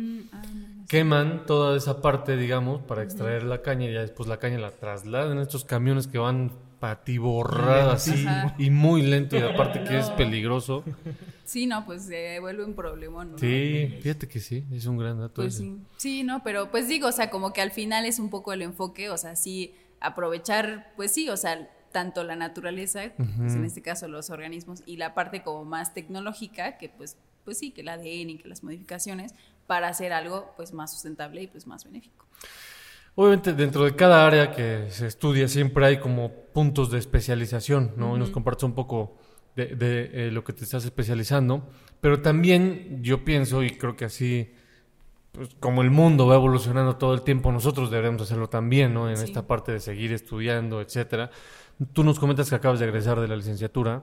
Queman toda esa parte, digamos, para extraer la caña y ya después la caña la trasladan en estos camiones que van patiborradas así y muy lento y aparte que es peligroso. Sí, no, pues se vuelve un problema, ¿no? Sí, fíjate que sí, es un gran dato. Pues sí, no, pero pues digo, o sea, como que al final es un poco el enfoque, o sea, sí aprovechar, pues sí, o sea, tanto la naturaleza, pues en este caso los organismos, y la parte como más tecnológica, que pues sí, que el ADN y que las modificaciones, para hacer algo pues más sustentable y pues más benéfico. Obviamente dentro de cada área que se estudia siempre hay como puntos de especialización, ¿no? Y nos compartes un poco de lo que te estás especializando, pero también yo pienso y creo que así, pues, como el mundo va evolucionando todo el tiempo, nosotros deberemos hacerlo también, ¿no? En esta parte de seguir estudiando, etcétera. Tú nos comentas que acabas de egresar de la licenciatura.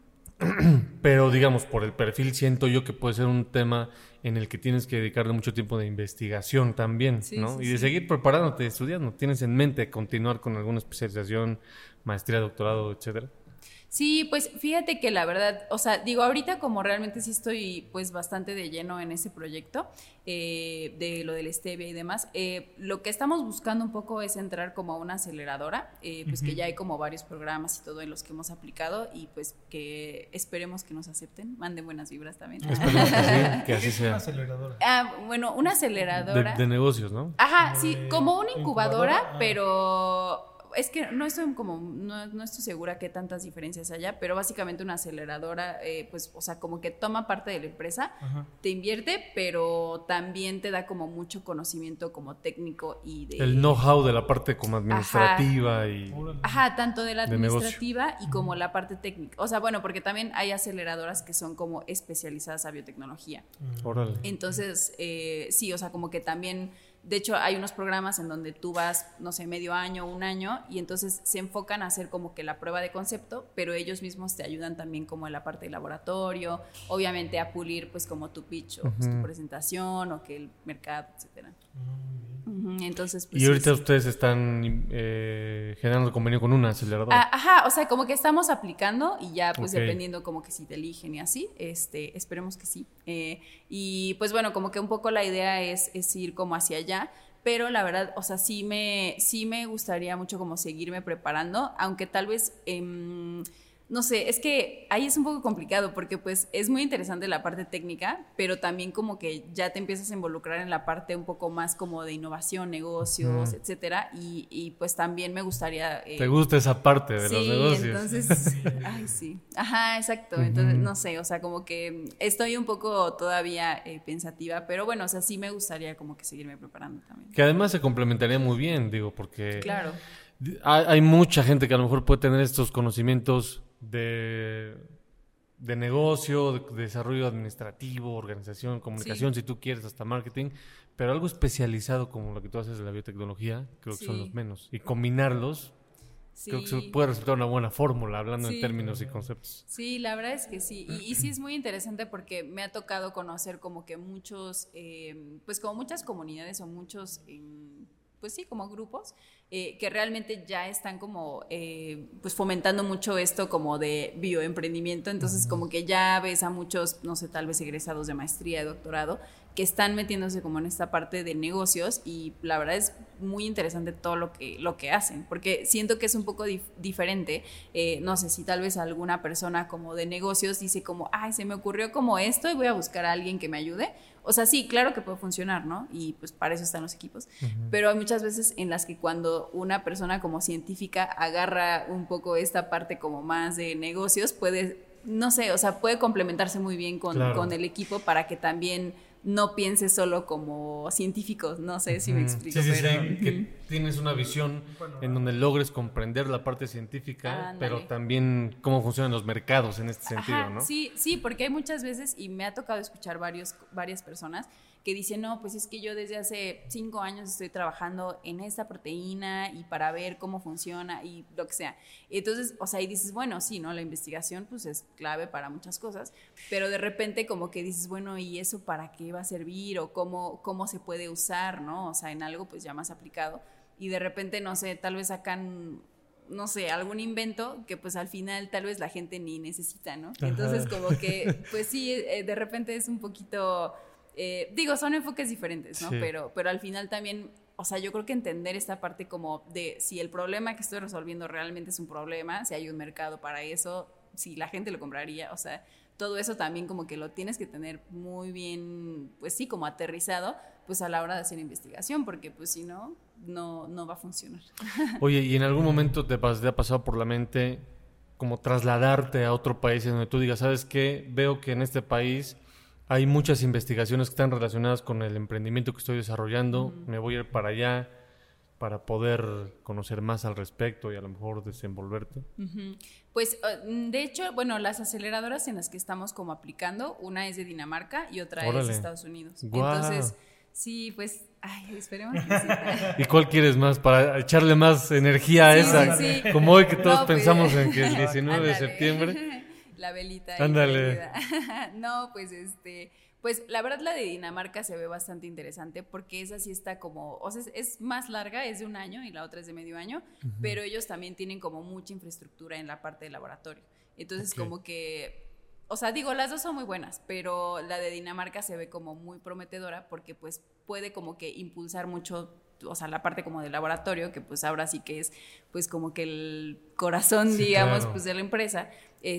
Pero digamos, por el perfil siento yo que puede ser un tema en el que tienes que dedicarle mucho tiempo de investigación también, ¿no? Y de seguir preparándote, estudiando. ¿Tienes en mente continuar con alguna especialización, maestría, doctorado, etcétera? Sí, pues fíjate que la verdad, o sea, digo, ahorita como realmente sí estoy pues bastante de lleno en ese proyecto de lo del stevia y demás, lo que estamos buscando un poco es entrar como a una aceleradora, pues que ya hay como varios programas y todo en los que hemos aplicado y pues que esperemos que nos acepten, manden buenas vibras también. Esperemos que sí, que así sea. ¿Una aceleradora? Bueno, una aceleradora. De negocios, ¿no? Ajá, sí, como una incubadora, pero... Es que no estoy segura qué tantas diferencias haya, pero básicamente una aceleradora, pues, o sea, como que toma parte de la empresa, te invierte, pero también te da como mucho conocimiento como técnico y de... El know-how de la parte como administrativa y... Ajá, tanto de la administrativa y como la parte técnica. O sea, bueno, porque también hay aceleradoras que son como especializadas a biotecnología. Órale. Entonces, sí, o sea, como que también... De hecho, hay unos programas en donde tú vas, no sé, medio año, un año, y entonces se enfocan a hacer como que la prueba de concepto, pero ellos mismos te ayudan también como en la parte de laboratorio, obviamente a pulir pues como tu pitch o pues, tu presentación o que el mercado, etcétera. Entonces, pues, y ahorita ustedes están generando convenio con una aceleradora. Ajá, o sea, como que estamos aplicando y ya pues dependiendo como que si te eligen y así, esperemos que sí. Y pues bueno, como que un poco la idea es ir como hacia allá, pero la verdad, o sea, sí me gustaría mucho como seguirme preparando, aunque tal vez... no sé, es que ahí es un poco complicado porque pues es muy interesante la parte técnica, pero también como que ya te empiezas a involucrar en la parte un poco más como de innovación, negocios, etcétera, y pues también me gustaría... ¿Te gusta esa parte de los negocios? Entonces, ay, sí. Ajá, exacto. Entonces, no sé, o sea, como que estoy un poco todavía pensativa, pero bueno, o sea, sí me gustaría como que seguirme preparando también. Que además se complementaría muy bien, digo, porque... Claro. Hay mucha gente que a lo mejor puede tener estos conocimientos de negocio, de desarrollo administrativo, organización, comunicación, si tú quieres, hasta marketing, pero algo especializado como lo que tú haces de la biotecnología, creo que son los menos. Y combinarlos, creo que puede resultar una buena fórmula, hablando en términos y conceptos. Sí, la verdad es que sí. Y sí es muy interesante porque me ha tocado conocer como que muchos, pues como muchas comunidades o muchos... pues sí, como grupos que realmente ya están como pues fomentando mucho esto como de bioemprendimiento, entonces como que ya ves a muchos, no sé, tal vez egresados de maestría, de doctorado, que están metiéndose como en esta parte de negocios y la verdad es muy interesante todo lo que hacen, porque siento que es un poco diferente, no sé si tal vez alguna persona como de negocios dice como, ay, se me ocurrió como esto y voy a buscar a alguien que me ayude. O sea, sí, claro que puede funcionar, ¿no? Y pues para eso están los equipos. Pero hay muchas veces en las que cuando una persona como científica agarra un poco esta parte como más de negocios, puede, no sé, o sea, puede complementarse muy bien con el equipo para que también no pienses solo como científicos, no sé si me explico. Sí, que tienes una visión en donde logres comprender la parte científica, pero también cómo funcionan los mercados en este sentido, ¿no? Sí, porque hay muchas veces, y me ha tocado escuchar varias personas que dicen, no, pues es que yo desde hace 5 años estoy trabajando en esta proteína y para ver cómo funciona y lo que sea. Entonces, o sea, y dices, bueno, sí, ¿no? La investigación pues es clave para muchas cosas, pero de repente como que dices, bueno, ¿y eso para qué va a servir? O cómo se puede usar, ¿no? O sea, en algo pues ya más aplicado. Y de repente, no sé, tal vez sacan, no sé, algún invento que pues al final tal vez la gente ni necesita, ¿no? Entonces como que, pues sí, de repente es un poquito... digo, son enfoques diferentes, ¿no? Sí. Pero al final también, o sea, yo creo que entender esta parte como de si el problema que estoy resolviendo realmente es un problema, si hay un mercado para eso, si la gente lo compraría, o sea, todo eso también como que lo tienes que tener muy bien, pues sí, como aterrizado, pues a la hora de hacer investigación, porque pues si no, no va a funcionar. Oye, ¿y en algún momento te ha pasado por la mente como trasladarte a otro país en donde tú digas, ¿sabes qué? Veo que en este país hay muchas investigaciones que están relacionadas con el emprendimiento que estoy desarrollando. Me voy a ir para allá para poder conocer más al respecto y a lo mejor desenvolverte. Pues, de hecho, bueno, las aceleradoras en las que estamos como aplicando, una es de Dinamarca y otra es de Estados Unidos. Wow. Entonces, sí, pues, esperemos que sí. ¿Y cuál quieres más? Para echarle más energía a esa. Sí. Como hoy que todos pensamos en que el 19 de septiembre... La velita. Ándale. No, pues pues la verdad la de Dinamarca se ve bastante interesante porque esa sí está como, o sea, es más larga, es de 1 año y la otra es de medio año, pero ellos también tienen como mucha infraestructura en la parte de laboratorio. Entonces como que, o sea, digo, las dos son muy buenas, pero la de Dinamarca se ve como muy prometedora porque pues puede como que impulsar mucho, o sea, la parte como del laboratorio, que pues ahora sí que es pues como que el corazón, sí, digamos, claro, pues de la empresa.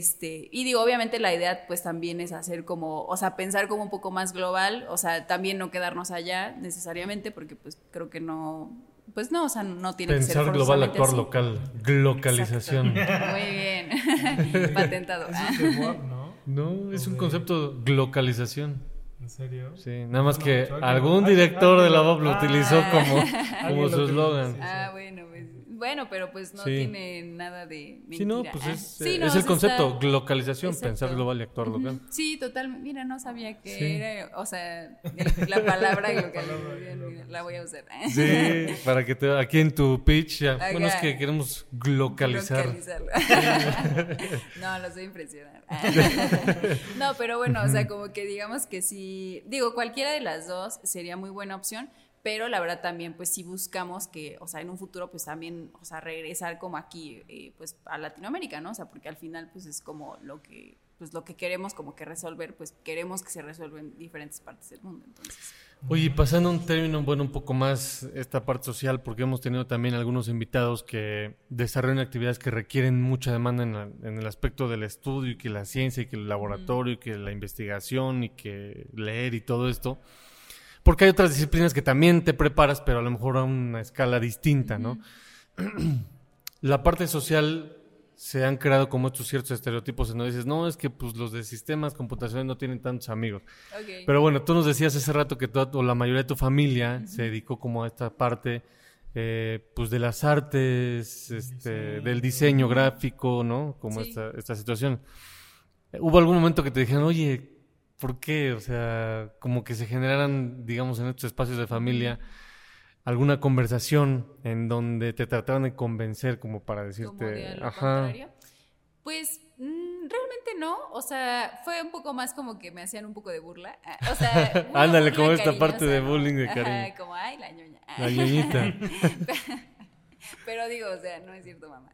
Y digo, obviamente la idea pues también es hacer como, o sea, pensar como un poco más global, o sea, también no quedarnos allá necesariamente, porque pues creo que no, pues no, o sea, no tiene pensar que ser global, actuar local, glocalización. Exacto. Muy bien, patentado. Es un web, ¿no? No, es un concepto glocalización. ¿En serio? Sí, nada más que algún director de la UAP lo utilizó como su eslogan. Bueno, pero pues no tiene nada de mentira. Sí, no, pues es el concepto, glocalización, exacto, pensar global y actuar local. Sí, totalmente. Mira, no sabía que era, o sea, la palabra glocalización, la voy a usar. Sí, para que aquí en tu pitch, ya, bueno, es que queremos glocalizar. No, lo estoy impresionando. No, pero bueno, o sea, como que digamos que sí, digo, cualquiera de las dos sería muy buena opción. Pero la verdad también, pues sí buscamos que, o sea, en un futuro, pues también, o sea, regresar como aquí, pues a Latinoamérica, ¿no? O sea, porque al final, pues es como lo que queremos como que resolver, pues queremos que se resuelva en diferentes partes del mundo, entonces. Oye, pasando a un término, bueno, un poco más esta parte social, porque hemos tenido también algunos invitados que desarrollan actividades que requieren mucha demanda en el aspecto del estudio, y que la ciencia, y que el laboratorio, y que la investigación, y que leer y todo esto. Porque hay otras disciplinas que también te preparas, pero a lo mejor a una escala distinta, ¿no? La parte social, se han creado como estos ciertos estereotipos en donde dices, no, es que pues los de sistemas computacionales no tienen tantos amigos. Okay. Pero bueno, tú nos decías hace rato que o la mayoría de tu familia se dedicó como a esta parte, pues de las artes, del diseño gráfico, ¿no? Como esta situación. ¿Hubo algún momento que te dijeron, oye, ¿por qué? O sea, como que se generaran, digamos, en estos espacios de familia, alguna conversación en donde te trataran de convencer como para decirte... ¿Como de lo contrario? Pues realmente no, o sea, fue un poco más como que me hacían un poco de burla. O sea, ándale, como esta parte de bullying de cariño. Como, ay, la ñoña. La ñoñita. Pero digo, o sea, no es cierto, mamá.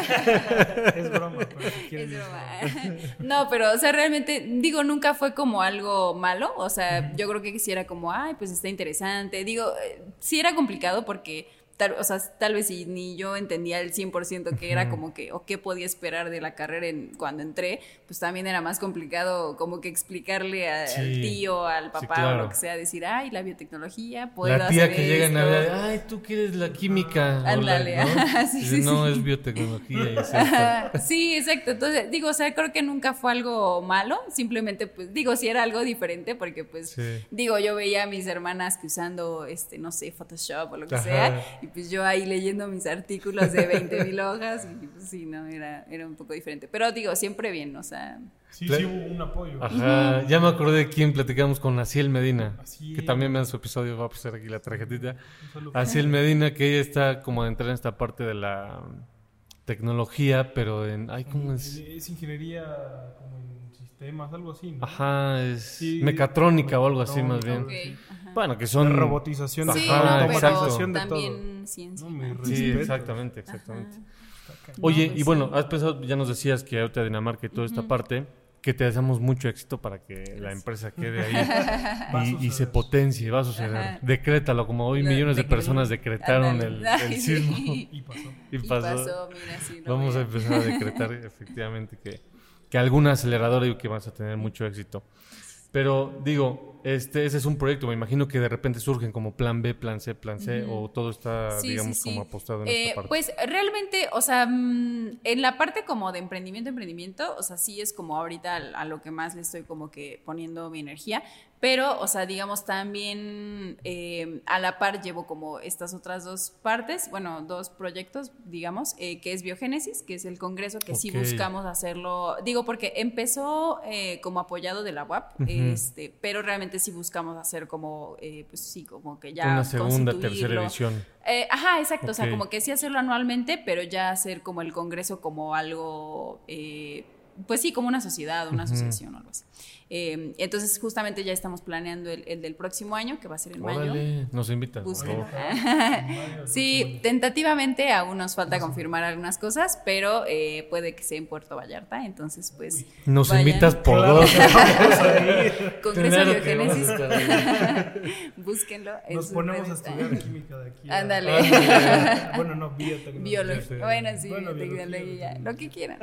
Es broma. Es broma. No, pero, o sea, realmente, digo, nunca fue como algo malo. O sea, yo creo que sí era como, ay, pues está interesante. Digo, sí era complicado porque, tal vez ni yo entendía el 100% que era como que, o qué podía esperar de la carrera cuando entré, pues también era más complicado como que explicarle al tío, al papá, claro, o lo que sea, decir, ay, la biotecnología, puedo la tía hacer que llega en Navidad, ay, tú quieres la química. Ándale, ¿no? Sí. No, es biotecnología. Y es sí, exacto. Entonces, digo, o sea, creo que nunca fue algo malo, simplemente, pues, digo, sí era algo diferente, porque, pues, digo, yo veía a mis hermanas que usando, no sé, Photoshop o lo que sea, Y pues yo ahí leyendo mis artículos de 20,000 hojas y pues sí, no, era un poco diferente. Pero digo, siempre bien, o sea... Sí, sí hubo un apoyo. Ajá, ya me acordé de quién platicamos con Aciel Medina, Aciel. que también me da su episodio, va a pasar aquí la tarjetita. Aciel Medina, que ella está como a entrar en esta parte de la tecnología, pero en... Ay, ¿cómo es? Es ingeniería como en sistemas, algo así, ¿no? Ajá, es Sí, mecatrónica o algo así más bien. Okay, ajá. Bueno, que son... La robotización, Sí, Ajá, no, pero exacto. de todo. también ciencia. No, mi Sí, respeto. exactamente. Ajá. Oye, No, pues y bueno, sí. has pensado, ya nos decías que ahorita Dinamarca y toda esta parte, que te deseamos mucho éxito para que la empresa quede ahí y se potencie, va a suceder. Ajá. Decrétalo, como hoy millones de personas decretaron Ándale. el sismo. Sí. Y pasó. Y Y pasó. pasó, mira, sí. lo Vamos a veo. empezar a decretar efectivamente que alguna aceleradora y que vas a tener mucho éxito. Pero digo, ese es un proyecto, me imagino que de repente surgen como plan B, plan C, o todo está, Sí, digamos, sí, como sí. apostado en esta parte. Pues realmente, o sea, en la parte como de emprendimiento, o sea, sí es como ahorita a lo que más le estoy como que poniendo mi energía, pero, o sea, digamos también a la par llevo como estas otras dos partes, bueno, dos proyectos, digamos, que es Biogénesis, que es el congreso que sí Ok. buscamos hacerlo, digo, porque empezó como apoyado de la UAP, pero realmente sí buscamos hacer como, pues sí, como que ya Una segunda, tercera constituirlo. edición. Ajá, exacto, o sea, Ok. como que sí hacerlo anualmente, pero ya hacer como el congreso como algo, pues sí, como una sociedad, una asociación o algo así. Entonces justamente ya estamos planeando el del próximo año, que va a ser en mayo. Órale, nos invitas, por Búsquenlo. favor. Sí, tentativamente aún nos falta confirmar algunas cosas, pero puede que sea en Puerto Vallarta, entonces pues Nos vayan. invitas por Claro. dos. Vamos a ir. Congreso Claro que Biogénesis. vamos a estar Búsquenlo. en Nos sus ponemos a redes. estudiar química de aquí. Ándale. Bueno, no, biotecnología. Biología. Bueno, sí, Bueno, biotecnología, lo que quieran.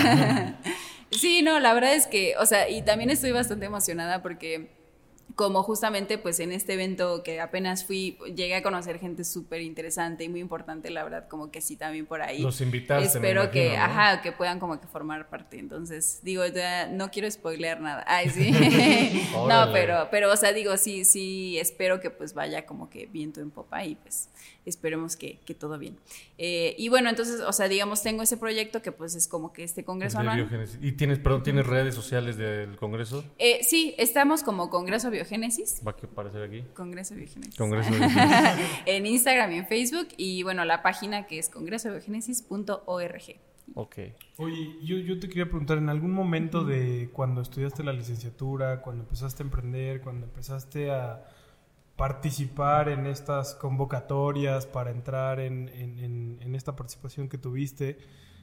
Sí, no, la verdad es que, o sea, y también estoy bastante emocionada porque como justamente pues en este evento que apenas fui, llegué a conocer gente súper interesante y muy importante, la verdad, como que sí también por ahí. Los invitaste, Espero me que, imagino, ¿no? ajá, que puedan como que formar parte. Entonces, digo, ya no quiero spoilear nada. Ay, sí. No, Órale. pero, o sea, digo, sí, espero que pues vaya como que viento en popa y pues esperemos que todo bien. Y bueno, entonces, o sea, digamos, tengo ese proyecto que pues es como que este congreso De anual. Biogénesis. ¿Y tienes redes sociales del congreso? Sí, estamos como Congreso Biogénesis. Va a aparecer aquí. Congreso Biogénesis. Congreso de Biogénesis. En Instagram y en Facebook. Y bueno, la página que es congresobiogenesis.org. Ok. Oye, yo te quería preguntar, ¿en algún momento de cuando estudiaste la licenciatura, cuando empezaste a emprender, cuando empezaste a participar en estas convocatorias para entrar en esta participación que tuviste,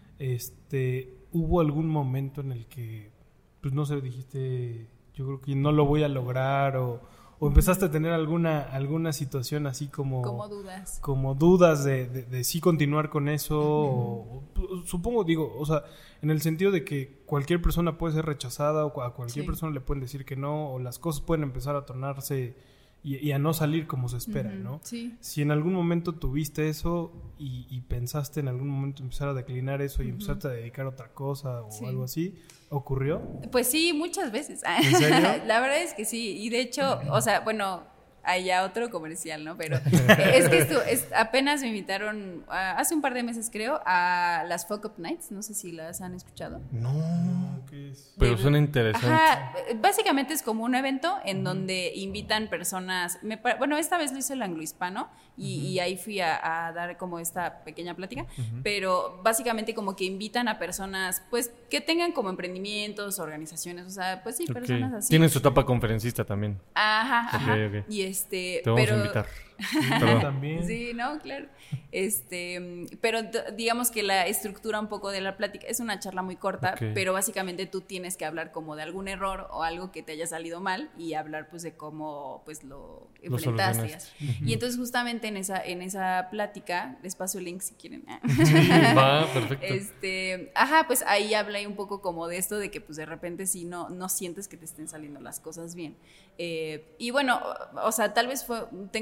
hubo algún momento en el que, pues no sé, dijiste, yo creo que no lo voy a lograr o empezaste a tener alguna situación así como dudas. como dudas de sí continuar con eso o supongo, digo, o sea, en el sentido de que cualquier persona puede ser rechazada o a cualquier persona le pueden decir que no o las cosas pueden empezar a tornarse y a no salir como se espera, ¿no? Sí. Si en algún momento tuviste eso y pensaste en algún momento empezar a declinar eso y empezarte a dedicar a otra cosa o algo así, ¿ocurrió? Pues sí, muchas veces. ¿En serio? La verdad es que sí. Y de hecho, o sea, bueno, hay ya otro comercial, ¿no? Pero es que apenas me invitaron hace un par de meses, creo, a las Fuck Up Nights. No sé si las han escuchado. No. ¿Qué es? Pero suena interesante. Ajá, básicamente es como un evento en donde invitan personas, bueno, esta vez lo hizo el anglohispano y ahí fui a dar como esta pequeña plática, pero básicamente como que invitan a personas pues que tengan como emprendimientos, organizaciones, o sea, pues sí, Ok. personas así. Tienen su etapa conferencista también. Ajá. Ok. Y Te vamos a invitar. Perdón. También. Sí, no, claro. Pero digamos que la estructura un poco de la plática es una charla muy corta, Ok. pero básicamente tú tienes que hablar como de algún error o algo que te haya salido mal y hablar pues de cómo pues lo enfrentaste. solucionaste. Y entonces justamente en esa plática, les paso el link si quieren. Va, perfecto. Pues ahí hablé un poco como de esto de que pues de repente sí no sientes que te estén saliendo las cosas bien. Y bueno, o sea, tal vez tengo como que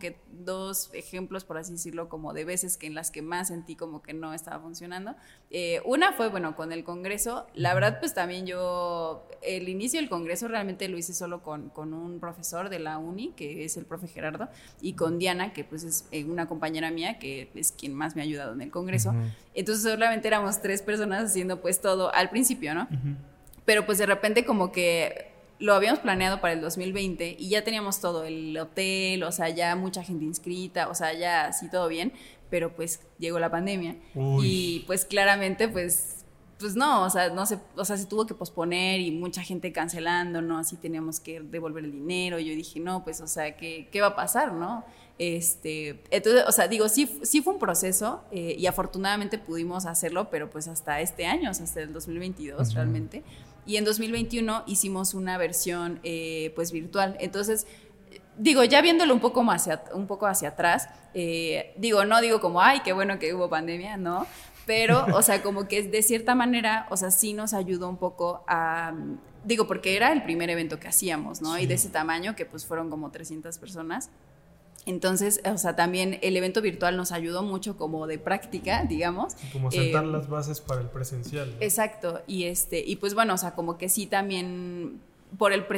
que 2 ejemplos, por así decirlo, como de veces que en las que más sentí como que no estaba funcionando. Una fue, bueno, con el congreso. La verdad, pues también yo, el inicio del congreso realmente lo hice solo con un profesor de la uni, que es el profe Gerardo, y con Diana, que pues es una compañera mía, que es quien más me ha ayudado en el congreso. Entonces solamente éramos 3 personas haciendo pues todo al principio, ¿no? Pero pues de repente como que lo habíamos planeado para el 2020 y ya teníamos todo, el hotel, o sea, ya mucha gente inscrita, o sea, ya así todo bien, pero pues llegó la pandemia. Y pues claramente pues no, o sea, no se, o sea, se tuvo que posponer y mucha gente cancelando, ¿no? Así teníamos que devolver el dinero. Yo dije, no, pues, o sea, ¿qué va a pasar, no? Entonces, o sea, digo, sí fue un proceso y afortunadamente pudimos hacerlo, pero pues hasta este año, o sea, hasta el 2022 realmente. Y en 2021 hicimos una versión pues virtual. Entonces, digo, ya viéndolo un poco hacia atrás, no digo como, ay, qué bueno que hubo pandemia, ¿no? Pero, o sea, como que de cierta manera, o sea, sí nos ayudó un poco a, digo, porque era el primer evento que hacíamos, ¿no? Sí. Y de ese tamaño, que pues fueron como 300 personas. Entonces, o sea, también el evento virtual nos ayudó mucho como de práctica, digamos. Como sentar las bases para el presencial, ¿no? Exacto, y pues bueno, o sea, como que sí también por el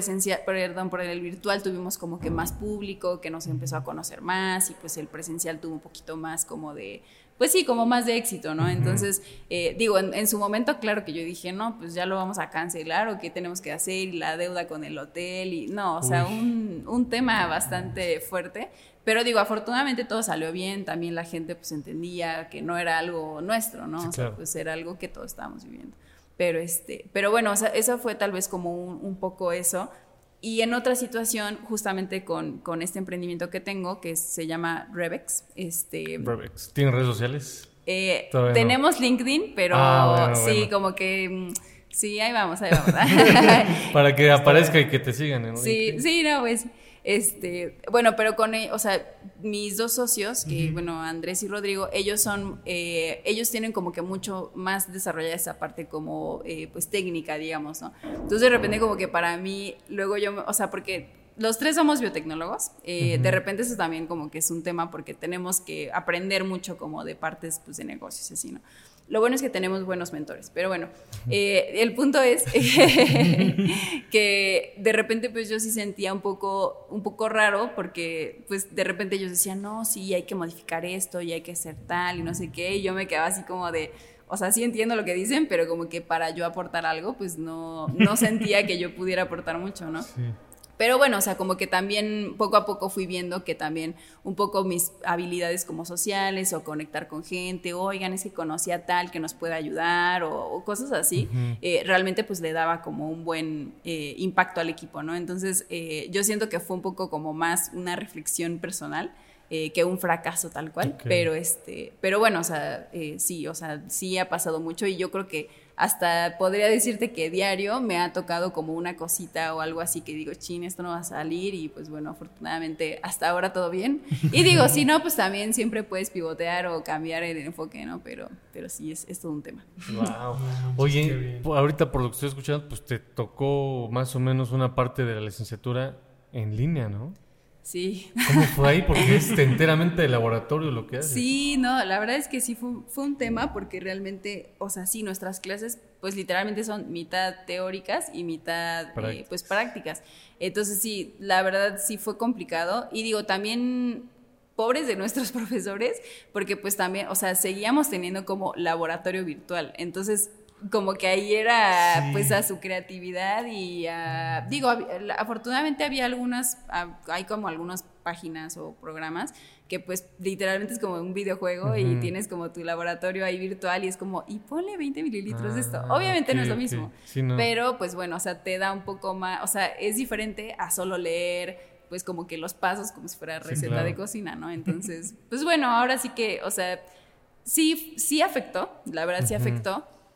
virtual tuvimos como que más público, que nos empezó a conocer más, y pues el presencial tuvo un poquito más como de, pues sí, como más de éxito, ¿no? Entonces, digo, en su momento, claro que yo dije, no, pues ya lo vamos a cancelar, o qué tenemos que hacer, y la deuda con el hotel, y no, o sea, un tema bastante fuerte. Pero digo, afortunadamente todo salió bien, también la gente pues entendía que no era algo nuestro, ¿no? Sí, o sea, claro, pues era algo que todos estábamos viviendo. Pero bueno, o sea, eso fue tal vez como un poco eso. Y en otra situación, justamente con este emprendimiento que tengo, que se llama Rebex. Rebex. ¿Tienen redes sociales? Tenemos no. LinkedIn, pero bueno. Como que... Sí, ahí vamos. Para que aparezca y que te sigan, ¿no? Sí, no, pues... bueno, pero o sea, mis 2 socios, que bueno, Andrés y Rodrigo, ellos tienen como que mucho más desarrollada esa parte como, pues técnica, digamos, ¿no? Entonces de repente como que para mí, luego o sea, porque los 3 somos biotecnólogos, de repente eso también como que es un tema porque tenemos que aprender mucho como de partes, pues, de negocios y así, ¿no? Lo bueno es que tenemos buenos mentores, pero bueno, el punto es que de repente pues yo sí sentía un poco raro porque pues de repente ellos decían, no, sí, hay que modificar esto y hay que hacer tal y no sé qué, y yo me quedaba así como de, o sea, sí entiendo lo que dicen, pero como que para yo aportar algo pues no sentía que yo pudiera aportar mucho, ¿no? Sí. Pero bueno, o sea, como que también poco a poco fui viendo que también un poco mis habilidades como sociales o conectar con gente, oigan, es que conocí a tal que nos puede ayudar o cosas así, realmente pues le daba como un buen impacto al equipo, ¿no? Entonces yo siento que fue un poco como más una reflexión personal que un fracaso tal cual, pero bueno, o sea, sí ha pasado mucho y yo creo que hasta podría decirte que diario me ha tocado como una cosita o algo así que digo, chin, esto no va a salir y pues bueno, afortunadamente hasta ahora todo bien. Y digo, si no, pues también siempre puedes pivotear o cambiar el enfoque, ¿no? Pero sí, es todo un tema. Wow. Oye, ahorita por lo que estoy escuchando, pues te tocó más o menos una parte de la licenciatura en línea, ¿no? Sí. ¿Cómo fue ahí? Porque es enteramente de laboratorio lo que haces. Sí, no, la verdad es que sí fue un tema porque realmente, o sea, sí, nuestras clases pues literalmente son mitad teóricas y mitad pues prácticas. Entonces sí, la verdad sí fue complicado y digo, también pobres de nuestros profesores porque pues también, o sea, seguíamos teniendo como laboratorio virtual. Entonces como que ahí era pues a su creatividad y digo, afortunadamente había hay como algunas páginas o programas que pues literalmente es como un videojuego y tienes como tu laboratorio ahí virtual y es como, y ponle 20 mililitros de esto. Obviamente no es lo mismo, sí, no. Pero pues bueno, o sea, te da un poco más, o sea, es diferente a solo leer pues como que los pasos como si fuera receta de cocina, ¿no? Entonces, pues bueno, ahora sí que, o sea, sí afectó, la verdad sí afectó.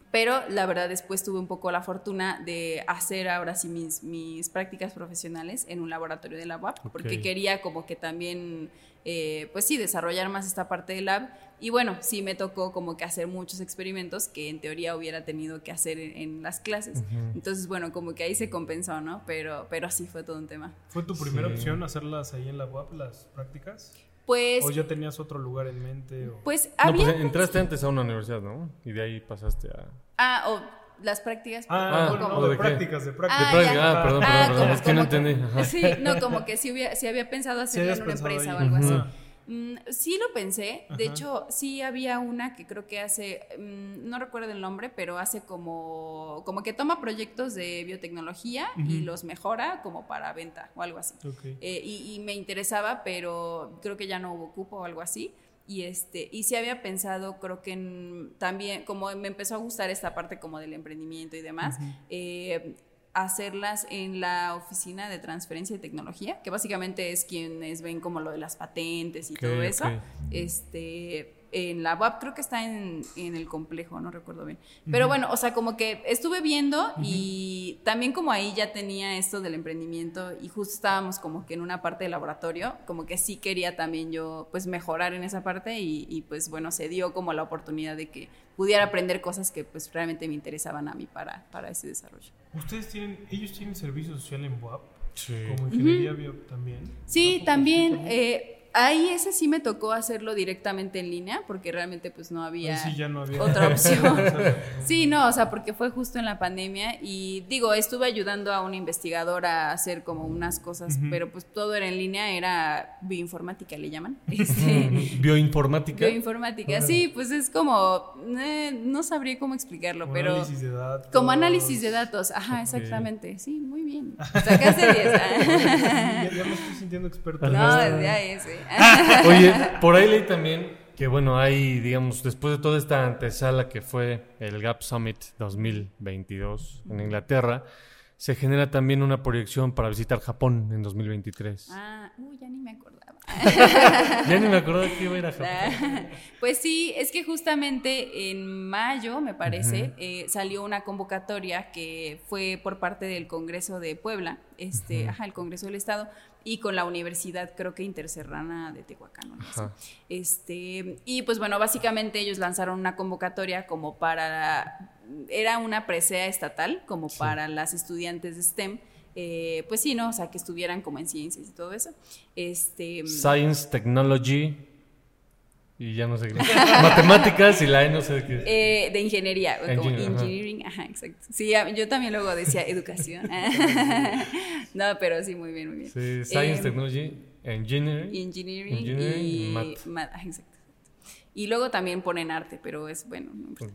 Pero la verdad después tuve un poco la fortuna de hacer ahora sí mis prácticas profesionales en un laboratorio de la UAP, porque quería como que también, pues sí, desarrollar más esta parte del lab. Y bueno, sí me tocó como que hacer muchos experimentos que en teoría hubiera tenido que hacer en las clases. Entonces, bueno, como que ahí se compensó, ¿no? Pero sí fue todo un tema. ¿Fue tu primera opción hacerlas ahí en la UAP, las prácticas? Pues, ¿O ya tenías otro lugar en mente? Pues No, había... pues entraste antes a una universidad, ¿no? Y de ahí pasaste a... o las prácticas. Bueno, no, de prácticas. Perdón, es que no entendí. Ajá. Sí, no, como que sí había pensado hacerlo en una empresa o algo así. Sí lo pensé, de hecho sí había una que creo que hace, no recuerdo el nombre, pero hace como que toma proyectos de biotecnología y los mejora como para venta o algo así. Y me interesaba, pero creo que ya no hubo cupo o algo así. Y sí había pensado, creo que también, como me empezó a gustar esta parte como del emprendimiento y demás, hacerlas en la oficina de transferencia de tecnología, que básicamente es quienes ven como lo de las patentes y todo eso. En la UAP creo que está en el complejo, no recuerdo bien. Pero bueno, o sea, como que estuve viendo y también como ahí ya tenía esto del emprendimiento y justo estábamos como que en una parte del laboratorio, como que sí quería también yo pues mejorar en esa parte y pues bueno, se dio como la oportunidad de que pudiera aprender cosas que pues realmente me interesaban a mí para ese desarrollo. ¿Ellos tienen servicio social en UAP? Sí. Como ingeniería bio también. Sí, también. Ahí ese sí me tocó hacerlo directamente en línea porque realmente pues no había, ya no había otra opción. Sí, no, o sea, porque fue justo en la pandemia y digo, estuve ayudando a una investigadora a hacer como unas cosas, pero pues todo era en línea, era bioinformática le llaman. ¿Bioinformática? Bioinformática, sí, pues es como, no sabría cómo explicarlo, como pero... análisis de datos. Como análisis de datos, ajá, exactamente, sí, muy bien. Sacaste 10. Ya me estoy sintiendo experto. No, ya es, Oye, por ahí leí también que bueno, hay, digamos, después de toda esta antesala que fue el Gap Summit 2022 en Inglaterra, se genera también una proyección para visitar Japón en 2023. Ya ni me acordaba. Ya ni me acordaba que iba a ir a Japón. Pues sí, es que justamente en mayo, me parece, salió una convocatoria que fue por parte del Congreso de Puebla, el Congreso del Estado, y con la Universidad, creo que Interserrana de Tehuacán, no sé. Y pues bueno, básicamente ellos lanzaron una convocatoria como era una presea estatal, como para las estudiantes de STEM, pues sí, ¿no? O sea, que estuvieran como en ciencias y todo eso. Science, Technology, y ya no sé qué. Matemáticas y no sé qué. De ingeniería, como engineering, exacto. Sí, yo también luego decía educación. No, pero sí, muy bien, muy bien. Sí, Science, Technology, Engineering y Math, exacto. Y luego también ponen arte, pero es bueno.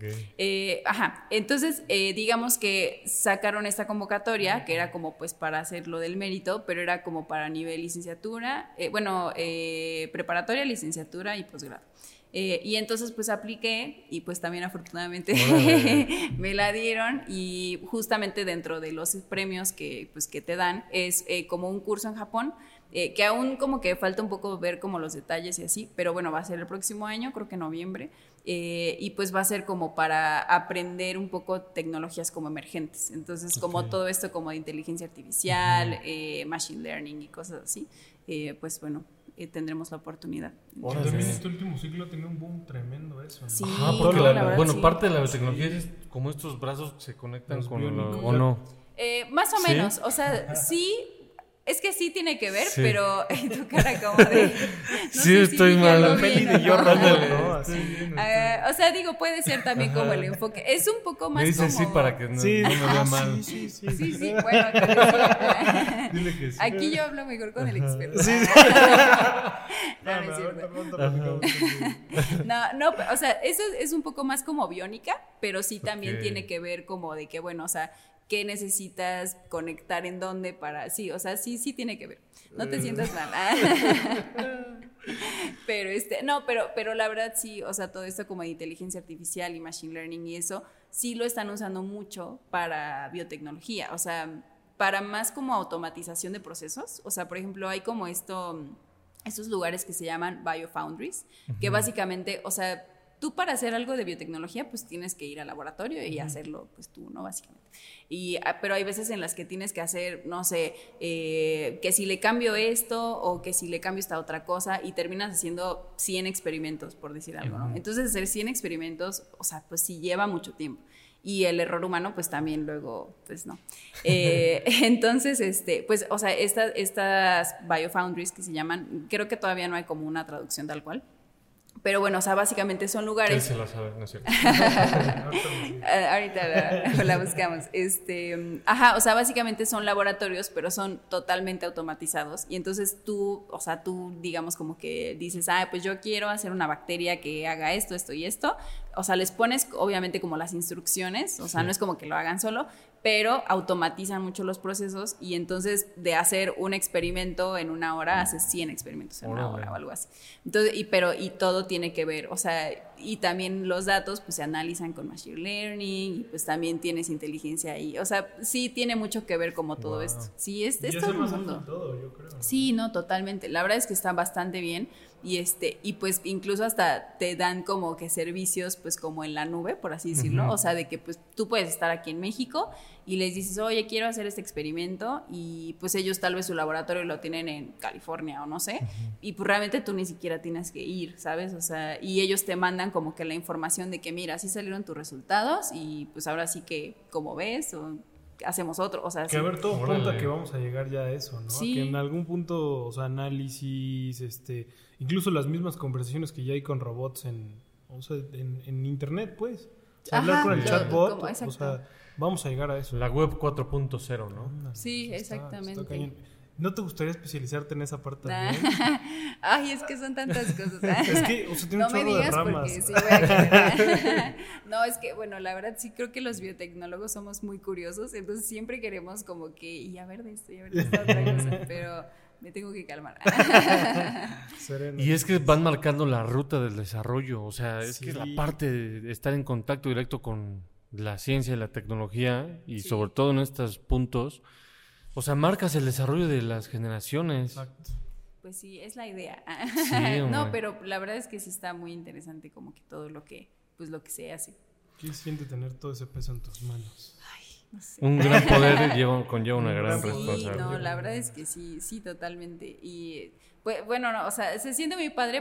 Entonces, digamos que sacaron esta convocatoria, que era como pues para hacer lo del mérito, pero era como para nivel licenciatura, preparatoria, licenciatura y posgrado. Y entonces pues apliqué y pues también afortunadamente me la dieron y justamente dentro de los premios que te dan es como un curso en Japón, que aún como que falta un poco ver como los detalles y así, pero bueno, va a ser el próximo año, creo que en noviembre, y pues va a ser como para aprender un poco tecnologías como emergentes, entonces como todo esto como de inteligencia artificial, machine learning y cosas así, pues bueno, tendremos la oportunidad. Entonces, también este último ciclo tiene un boom tremendo eso, ¿no? Sí, porque verdad, parte de la biotecnología es como estos brazos se conectan los con biónicos, ¿o no? Más o menos, o sea, sí. Es que sí tiene que ver, pero tu cara como de... sí, estoy mal. O sea, digo, puede ser también como el enfoque. Es un poco más me dice como... sí para que no me vea mal. Sí, bueno. Te decía. Dile que sí. Aquí yo hablo mejor con el experto. Sí. No, es cierto. No, o sea, eso es un poco más como biónica, pero sí también tiene que ver como de que, bueno, o sea, qué necesitas conectar en dónde para... Sí, o sea, sí tiene que ver. No te sientas mal. Pero pero la verdad sí, o sea, todo esto como de inteligencia artificial y machine learning y eso, sí lo están usando mucho para biotecnología, o sea, para más como automatización de procesos. O sea, por ejemplo, hay como estos lugares que se llaman biofoundries, que básicamente, o sea, tú para hacer algo de biotecnología, pues tienes que ir al laboratorio y hacerlo, pues tú, ¿no? Básicamente. Pero hay veces en las que tienes que hacer, no sé, que si le cambio esto o que si le cambio esta otra cosa y terminas haciendo 100 experimentos, por decir algo, ¿no? Entonces hacer 100 experimentos, o sea, pues sí lleva mucho tiempo. Y el error humano, pues también luego, pues no. Entonces, pues, o sea, estas biofoundries que se llaman, creo que todavía no hay como una traducción tal cual. Pero bueno, o sea, básicamente son lugares... Él se lo sabe, no es cierto. Ahorita la buscamos. O sea, básicamente son laboratorios, pero son totalmente automatizados. Y entonces tú, o sea, tú digamos como que dices, pues yo quiero hacer una bacteria que haga esto, esto y esto. O sea, les pones obviamente como las instrucciones, o sea, no es como que lo hagan solo, pero automatizan mucho los procesos y entonces de hacer un experimento en una hora haces 100 experimentos en una hora o algo así. Entonces, y todo tiene que ver, o sea, y también los datos pues se analizan con machine learning y pues también tienes inteligencia ahí. O sea, sí tiene mucho que ver como todo esto. Sí, es todo el mundo. Todo, yo creo. Sí, no, totalmente. La verdad es que está bastante bien. Y pues incluso hasta te dan como que servicios pues como en la nube, por así decirlo, o sea, de que pues tú puedes estar aquí en México y les dices, oye, quiero hacer este experimento y pues ellos tal vez su laboratorio lo tienen en California o no sé, y pues realmente tú ni siquiera tienes que ir, ¿sabes? O sea, y ellos te mandan como que la información de que mira, así salieron tus resultados y pues ahora sí que como ves o hacemos otro, o sea, que a ver, todo apunta que vamos a llegar ya a eso, ¿no? Sí. Que en algún punto, o sea, análisis, incluso las mismas conversaciones que ya hay con robots en internet, pues. O sea, hablar con el chatbot, o sea, vamos a llegar a eso. La web 4.0, ¿no? Sí, exactamente. Está ¿No te gustaría especializarte en esa parte también? Ay, es que son tantas cosas. Es que, o sea, tiene un chorro de ramas. Sí voy a no, es que, bueno, la verdad sí creo que los biotecnólogos somos muy curiosos, entonces siempre queremos como que, y a ver de esto, y a ver de esta otra cosa, pero me tengo que calmar. Y es que van marcando la ruta del desarrollo, o sea, es que la parte de estar en contacto directo con la ciencia y la tecnología, y sobre todo en estos puntos, o sea, marcas el desarrollo de las generaciones. Exacto. Pues sí, es la idea. Sí, no, pero la verdad es que sí está muy interesante como que todo lo que se hace. ¿Qué siente tener todo ese peso en tus manos? Ay, no sé. Un gran poder conlleva una gran responsabilidad. No, la verdad es que sí, totalmente. Y pues, bueno, no, o sea, se siente muy padre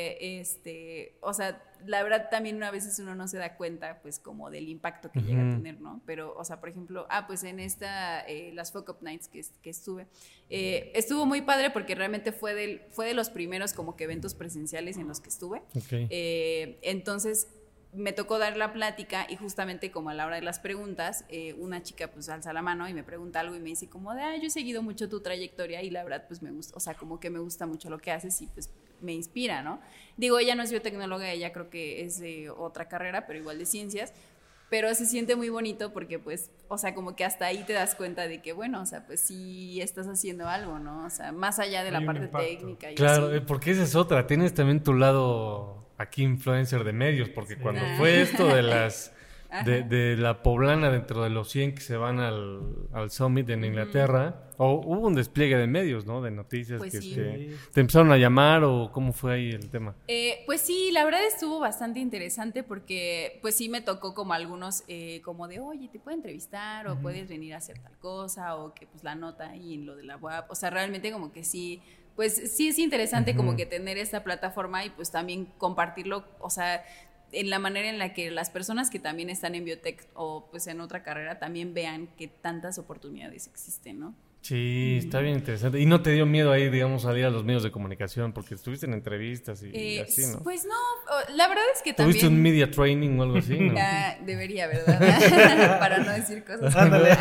porque, o sea, la verdad también a veces uno no se da cuenta, pues, como del impacto que llega a tener, ¿no? Pero, o sea, por ejemplo, pues en las Fuck Up Nights que estuve, estuvo muy padre porque realmente fue de los primeros como que eventos presenciales en los que estuve. Okay. Entonces, me tocó dar la plática y justamente como a la hora de las preguntas, una chica pues alza la mano y me pregunta algo y me dice como de, yo he seguido mucho tu trayectoria y la verdad pues me gusta, o sea, como que me gusta mucho lo que haces y pues me inspira, ¿no? Digo, ella no es biotecnóloga, ella creo que es de otra carrera, pero igual de ciencias, pero se siente muy bonito porque pues, o sea, como que hasta ahí te das cuenta de que bueno, o sea, pues sí estás haciendo algo, ¿no? O sea, más allá de la parte técnica. Y claro, así. porque esa es otra, tienes también tu lado aquí influencer de medios, porque cuando fue esto de las de la poblana dentro de los 100 que se van al Summit en Inglaterra, hubo un despliegue de medios, ¿no? De noticias pues que te empezaron a llamar, o ¿cómo fue ahí el tema? Pues sí, la verdad estuvo bastante interesante porque pues sí me tocó como algunos como de, oye, te puedo entrevistar o puedes venir a hacer tal cosa o que pues la nota ahí en lo de la web, o sea, realmente como que sí, pues sí es interesante como que tener esta plataforma y pues también compartirlo, o sea, en la manera en la que las personas que también están en biotech o pues en otra carrera también vean que tantas oportunidades existen, ¿no? Sí, está bien interesante. ¿Y no te dio miedo ahí, digamos, salir a los medios de comunicación? Porque estuviste en entrevistas y así, ¿no? Pues no, la verdad es que también... ¿Tuviste un media training o algo así? ¿No? Debería, ¿verdad? Para no decir cosas.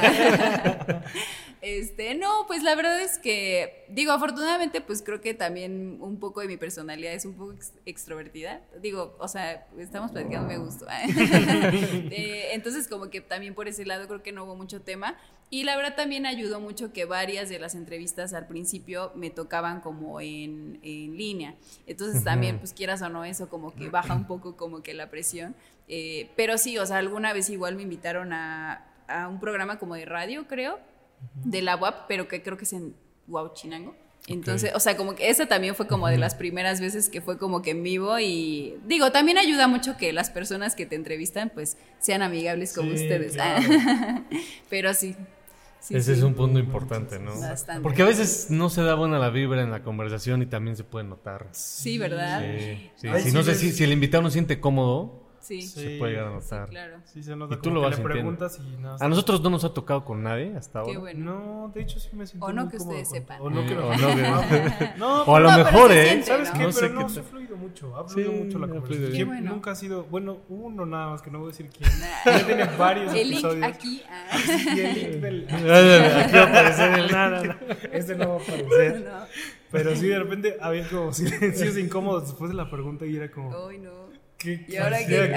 No, pues la verdad es que, digo, afortunadamente, pues creo que también un poco de mi personalidad es un poco extrovertida. Digo, o sea, estamos platicando, me gustó. Entonces, como que también por ese lado creo que no hubo mucho tema. Y la verdad también ayudó mucho que varias de las entrevistas al principio me tocaban como en línea. Entonces también, pues quieras o no, eso como que baja un poco como que la presión. Pero sí, o sea, alguna vez igual me invitaron a un programa como de radio, creo, de la UAP, pero que creo que es en Huauchinango. Entonces, o sea, como que esa también fue como de las primeras veces que fue como que en vivo y digo, también ayuda mucho que las personas que te entrevistan pues sean amigables como ustedes. Claro. Pero sí. Ese es un punto importante, ¿no? Bastante. Porque a veces no se da buena la vibra en la conversación y también se puede notar. Sí, ¿verdad? Sí. No sé si el invitado no se siente cómodo. Sí. Se puede llegar a notar. Sí, claro. Sí, se nota. Y tú lo vas le preguntas y no. A nosotros no nos ha tocado con nadie hasta ahora. Qué bueno. No, de hecho sí me siento o no muy que ustedes sepan. O no que no, o a lo mejor, siente, ¿sabes qué? No sé pero no, qué se ha fluido mucho. Ha fluido mucho la conversación. Qué bueno. Nunca ha sido, bueno, uno nada más que no voy a decir quién. Ya tiene varios episodios. El link aquí. Y el link del... Aquí va a aparecer el... No. Este no va a aparecer. No. Pero sí, de repente había como silencios incómodos después de la pregunta y era como... Ay, no. ¿Y ahora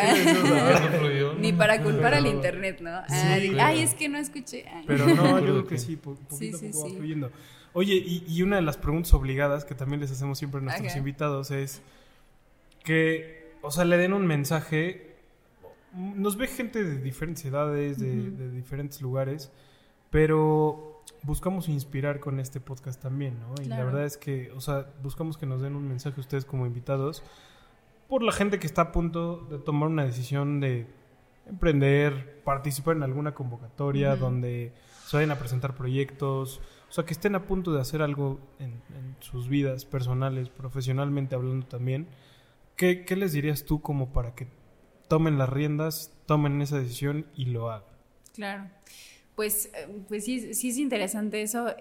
ni para culpar al internet, ¿no? Ay, es que no escuché. Pero no, yo creo que sí, poquito a poco va fluyendo. Oye, y una de las preguntas obligadas que también les hacemos siempre a nuestros invitados es que, o sea, le den un mensaje. Nos ve gente de diferentes edades, de diferentes lugares, pero buscamos inspirar con este podcast también, ¿no? Y la verdad es que, o sea, buscamos que nos den un mensaje ustedes como invitados por la gente que está a punto de tomar una decisión de emprender, participar en alguna convocatoria donde se vayan a presentar proyectos, o sea, que estén a punto de hacer algo en sus vidas personales, profesionalmente hablando también. ¿Qué les dirías tú como para que tomen las riendas, tomen esa decisión y lo hagan? Claro, pues sí es interesante eso.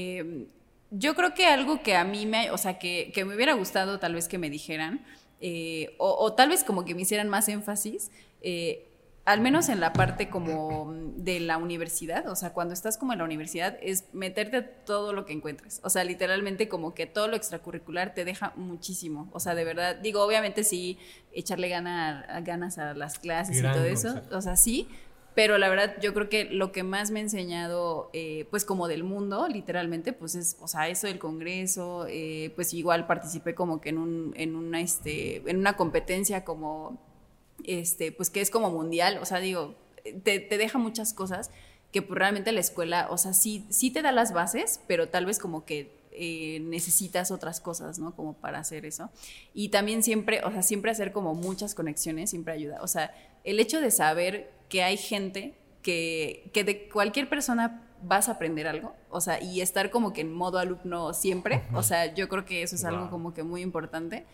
Yo creo que algo que a mí que me hubiera gustado tal vez que me dijeran, o tal vez como que me hicieran más énfasis, al menos en la parte como de la universidad, o sea, cuando estás como en la universidad es meterte a todo lo que encuentres, o sea, literalmente como que todo lo extracurricular te deja muchísimo, o sea, de verdad, digo, obviamente sí, echarle ganas a las clases y todo eso, o sea, sí, pero la verdad yo creo que lo que más me ha enseñado pues como del mundo literalmente pues es, o sea, eso del congreso, pues igual participé como que en una competencia como pues que es como mundial, o sea, digo, te deja muchas cosas que pues realmente la escuela, o sea, sí te da las bases, pero tal vez como que necesitas otras cosas, ¿no? Como para hacer eso. Y también siempre hacer como muchas conexiones siempre ayuda. O sea, el hecho de saber que hay gente que de cualquier persona vas a aprender algo, o sea, y estar como que en modo alumno siempre, o sea, yo creo que eso es algo como que muy importante.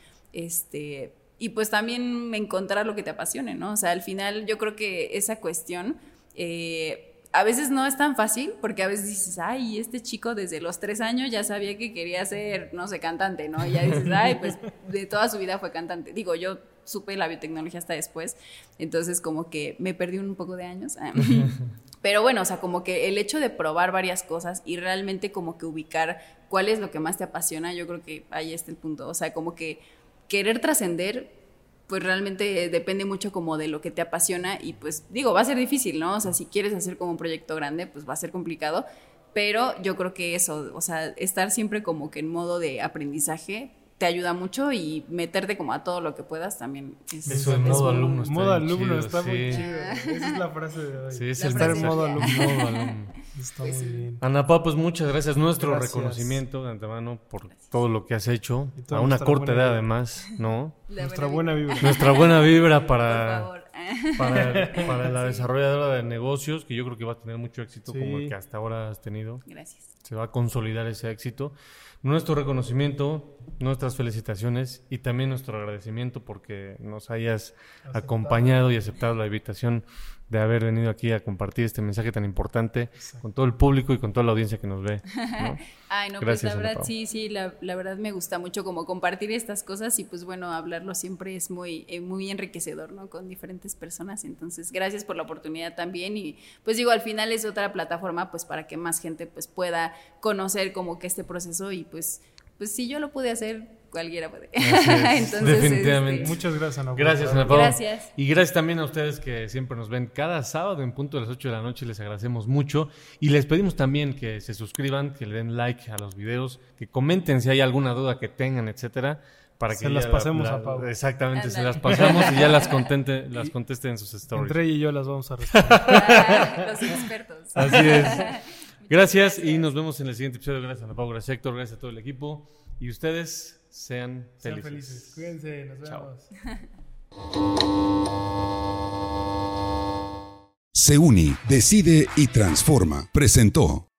Y pues también encontrar lo que te apasione, ¿no? O sea, al final yo creo que esa cuestión a veces no es tan fácil, porque a veces dices, ay, este chico desde los 3 años ya sabía que quería ser, no sé, cantante, ¿no? Y ya dices, ay, pues de toda su vida fue cantante. Digo, yo supe la biotecnología hasta después, entonces como que me perdí un poco de años. Pero bueno, o sea, como que el hecho de probar varias cosas y realmente como que ubicar cuál es lo que más te apasiona, yo creo que ahí está el punto. O sea, como que querer trascender pues realmente depende mucho como de lo que te apasiona y pues digo, va a ser difícil, ¿no? O sea, si quieres hacer como un proyecto grande, pues va a ser complicado, pero yo creo que eso, o sea, estar siempre como que en modo de aprendizaje te ayuda mucho y meterte como a todo lo que puedas también. Eso de modo alumno está modo alumno chido, está muy chido. Esa es la frase de hoy. Sí, es estar en modo alumno. Está pues muy bien. Ana Pau, pues muchas gracias. Nuestro reconocimiento de antemano por todo lo que has hecho. A una corta edad además, ¿no? Nuestra buena vibra. Nuestra buena vibra para por para la desarrolladora de negocios, que yo creo que va a tener mucho éxito como el que hasta ahora has tenido. Gracias. Se va a consolidar ese éxito. Nuestro reconocimiento, nuestras felicitaciones y también nuestro agradecimiento porque nos hayas acompañado y aceptado la invitación de haber venido aquí a compartir este mensaje tan importante con todo el público y con toda la audiencia que nos ve, ¿no? Ay, no, Gracias, pues la verdad, sí, la verdad me gusta mucho como compartir estas cosas y pues bueno, hablarlo siempre es muy enriquecedor, ¿no? Con diferentes personas, entonces gracias por la oportunidad también y pues digo, al final es otra plataforma pues para que más gente pues pueda conocer como que este proceso y pues si yo lo pude hacer, cualquiera puede. Entonces, definitivamente. Muchas gracias, Ana Pau. Gracias, Ana Pau. Gracias. Y gracias también a ustedes que siempre nos ven cada sábado en punto de las 8 de la noche. Les agradecemos mucho. Y les pedimos también que se suscriban, que le den like a los videos, que comenten si hay alguna duda que tengan, etcétera. Para que se las pasemos a Pau. Exactamente, Andale. se las pasamos y ya las conteste en sus stories. Entre ella y yo las vamos a responder. Los expertos. Así es. Gracias y nos vemos en el siguiente episodio. Gracias Ana Pau, gracias Héctor, gracias a todo el equipo. Y ustedes sean felices. Cuídense, nos Chao. vemos. Se Uni, decide y transforma. Presentó.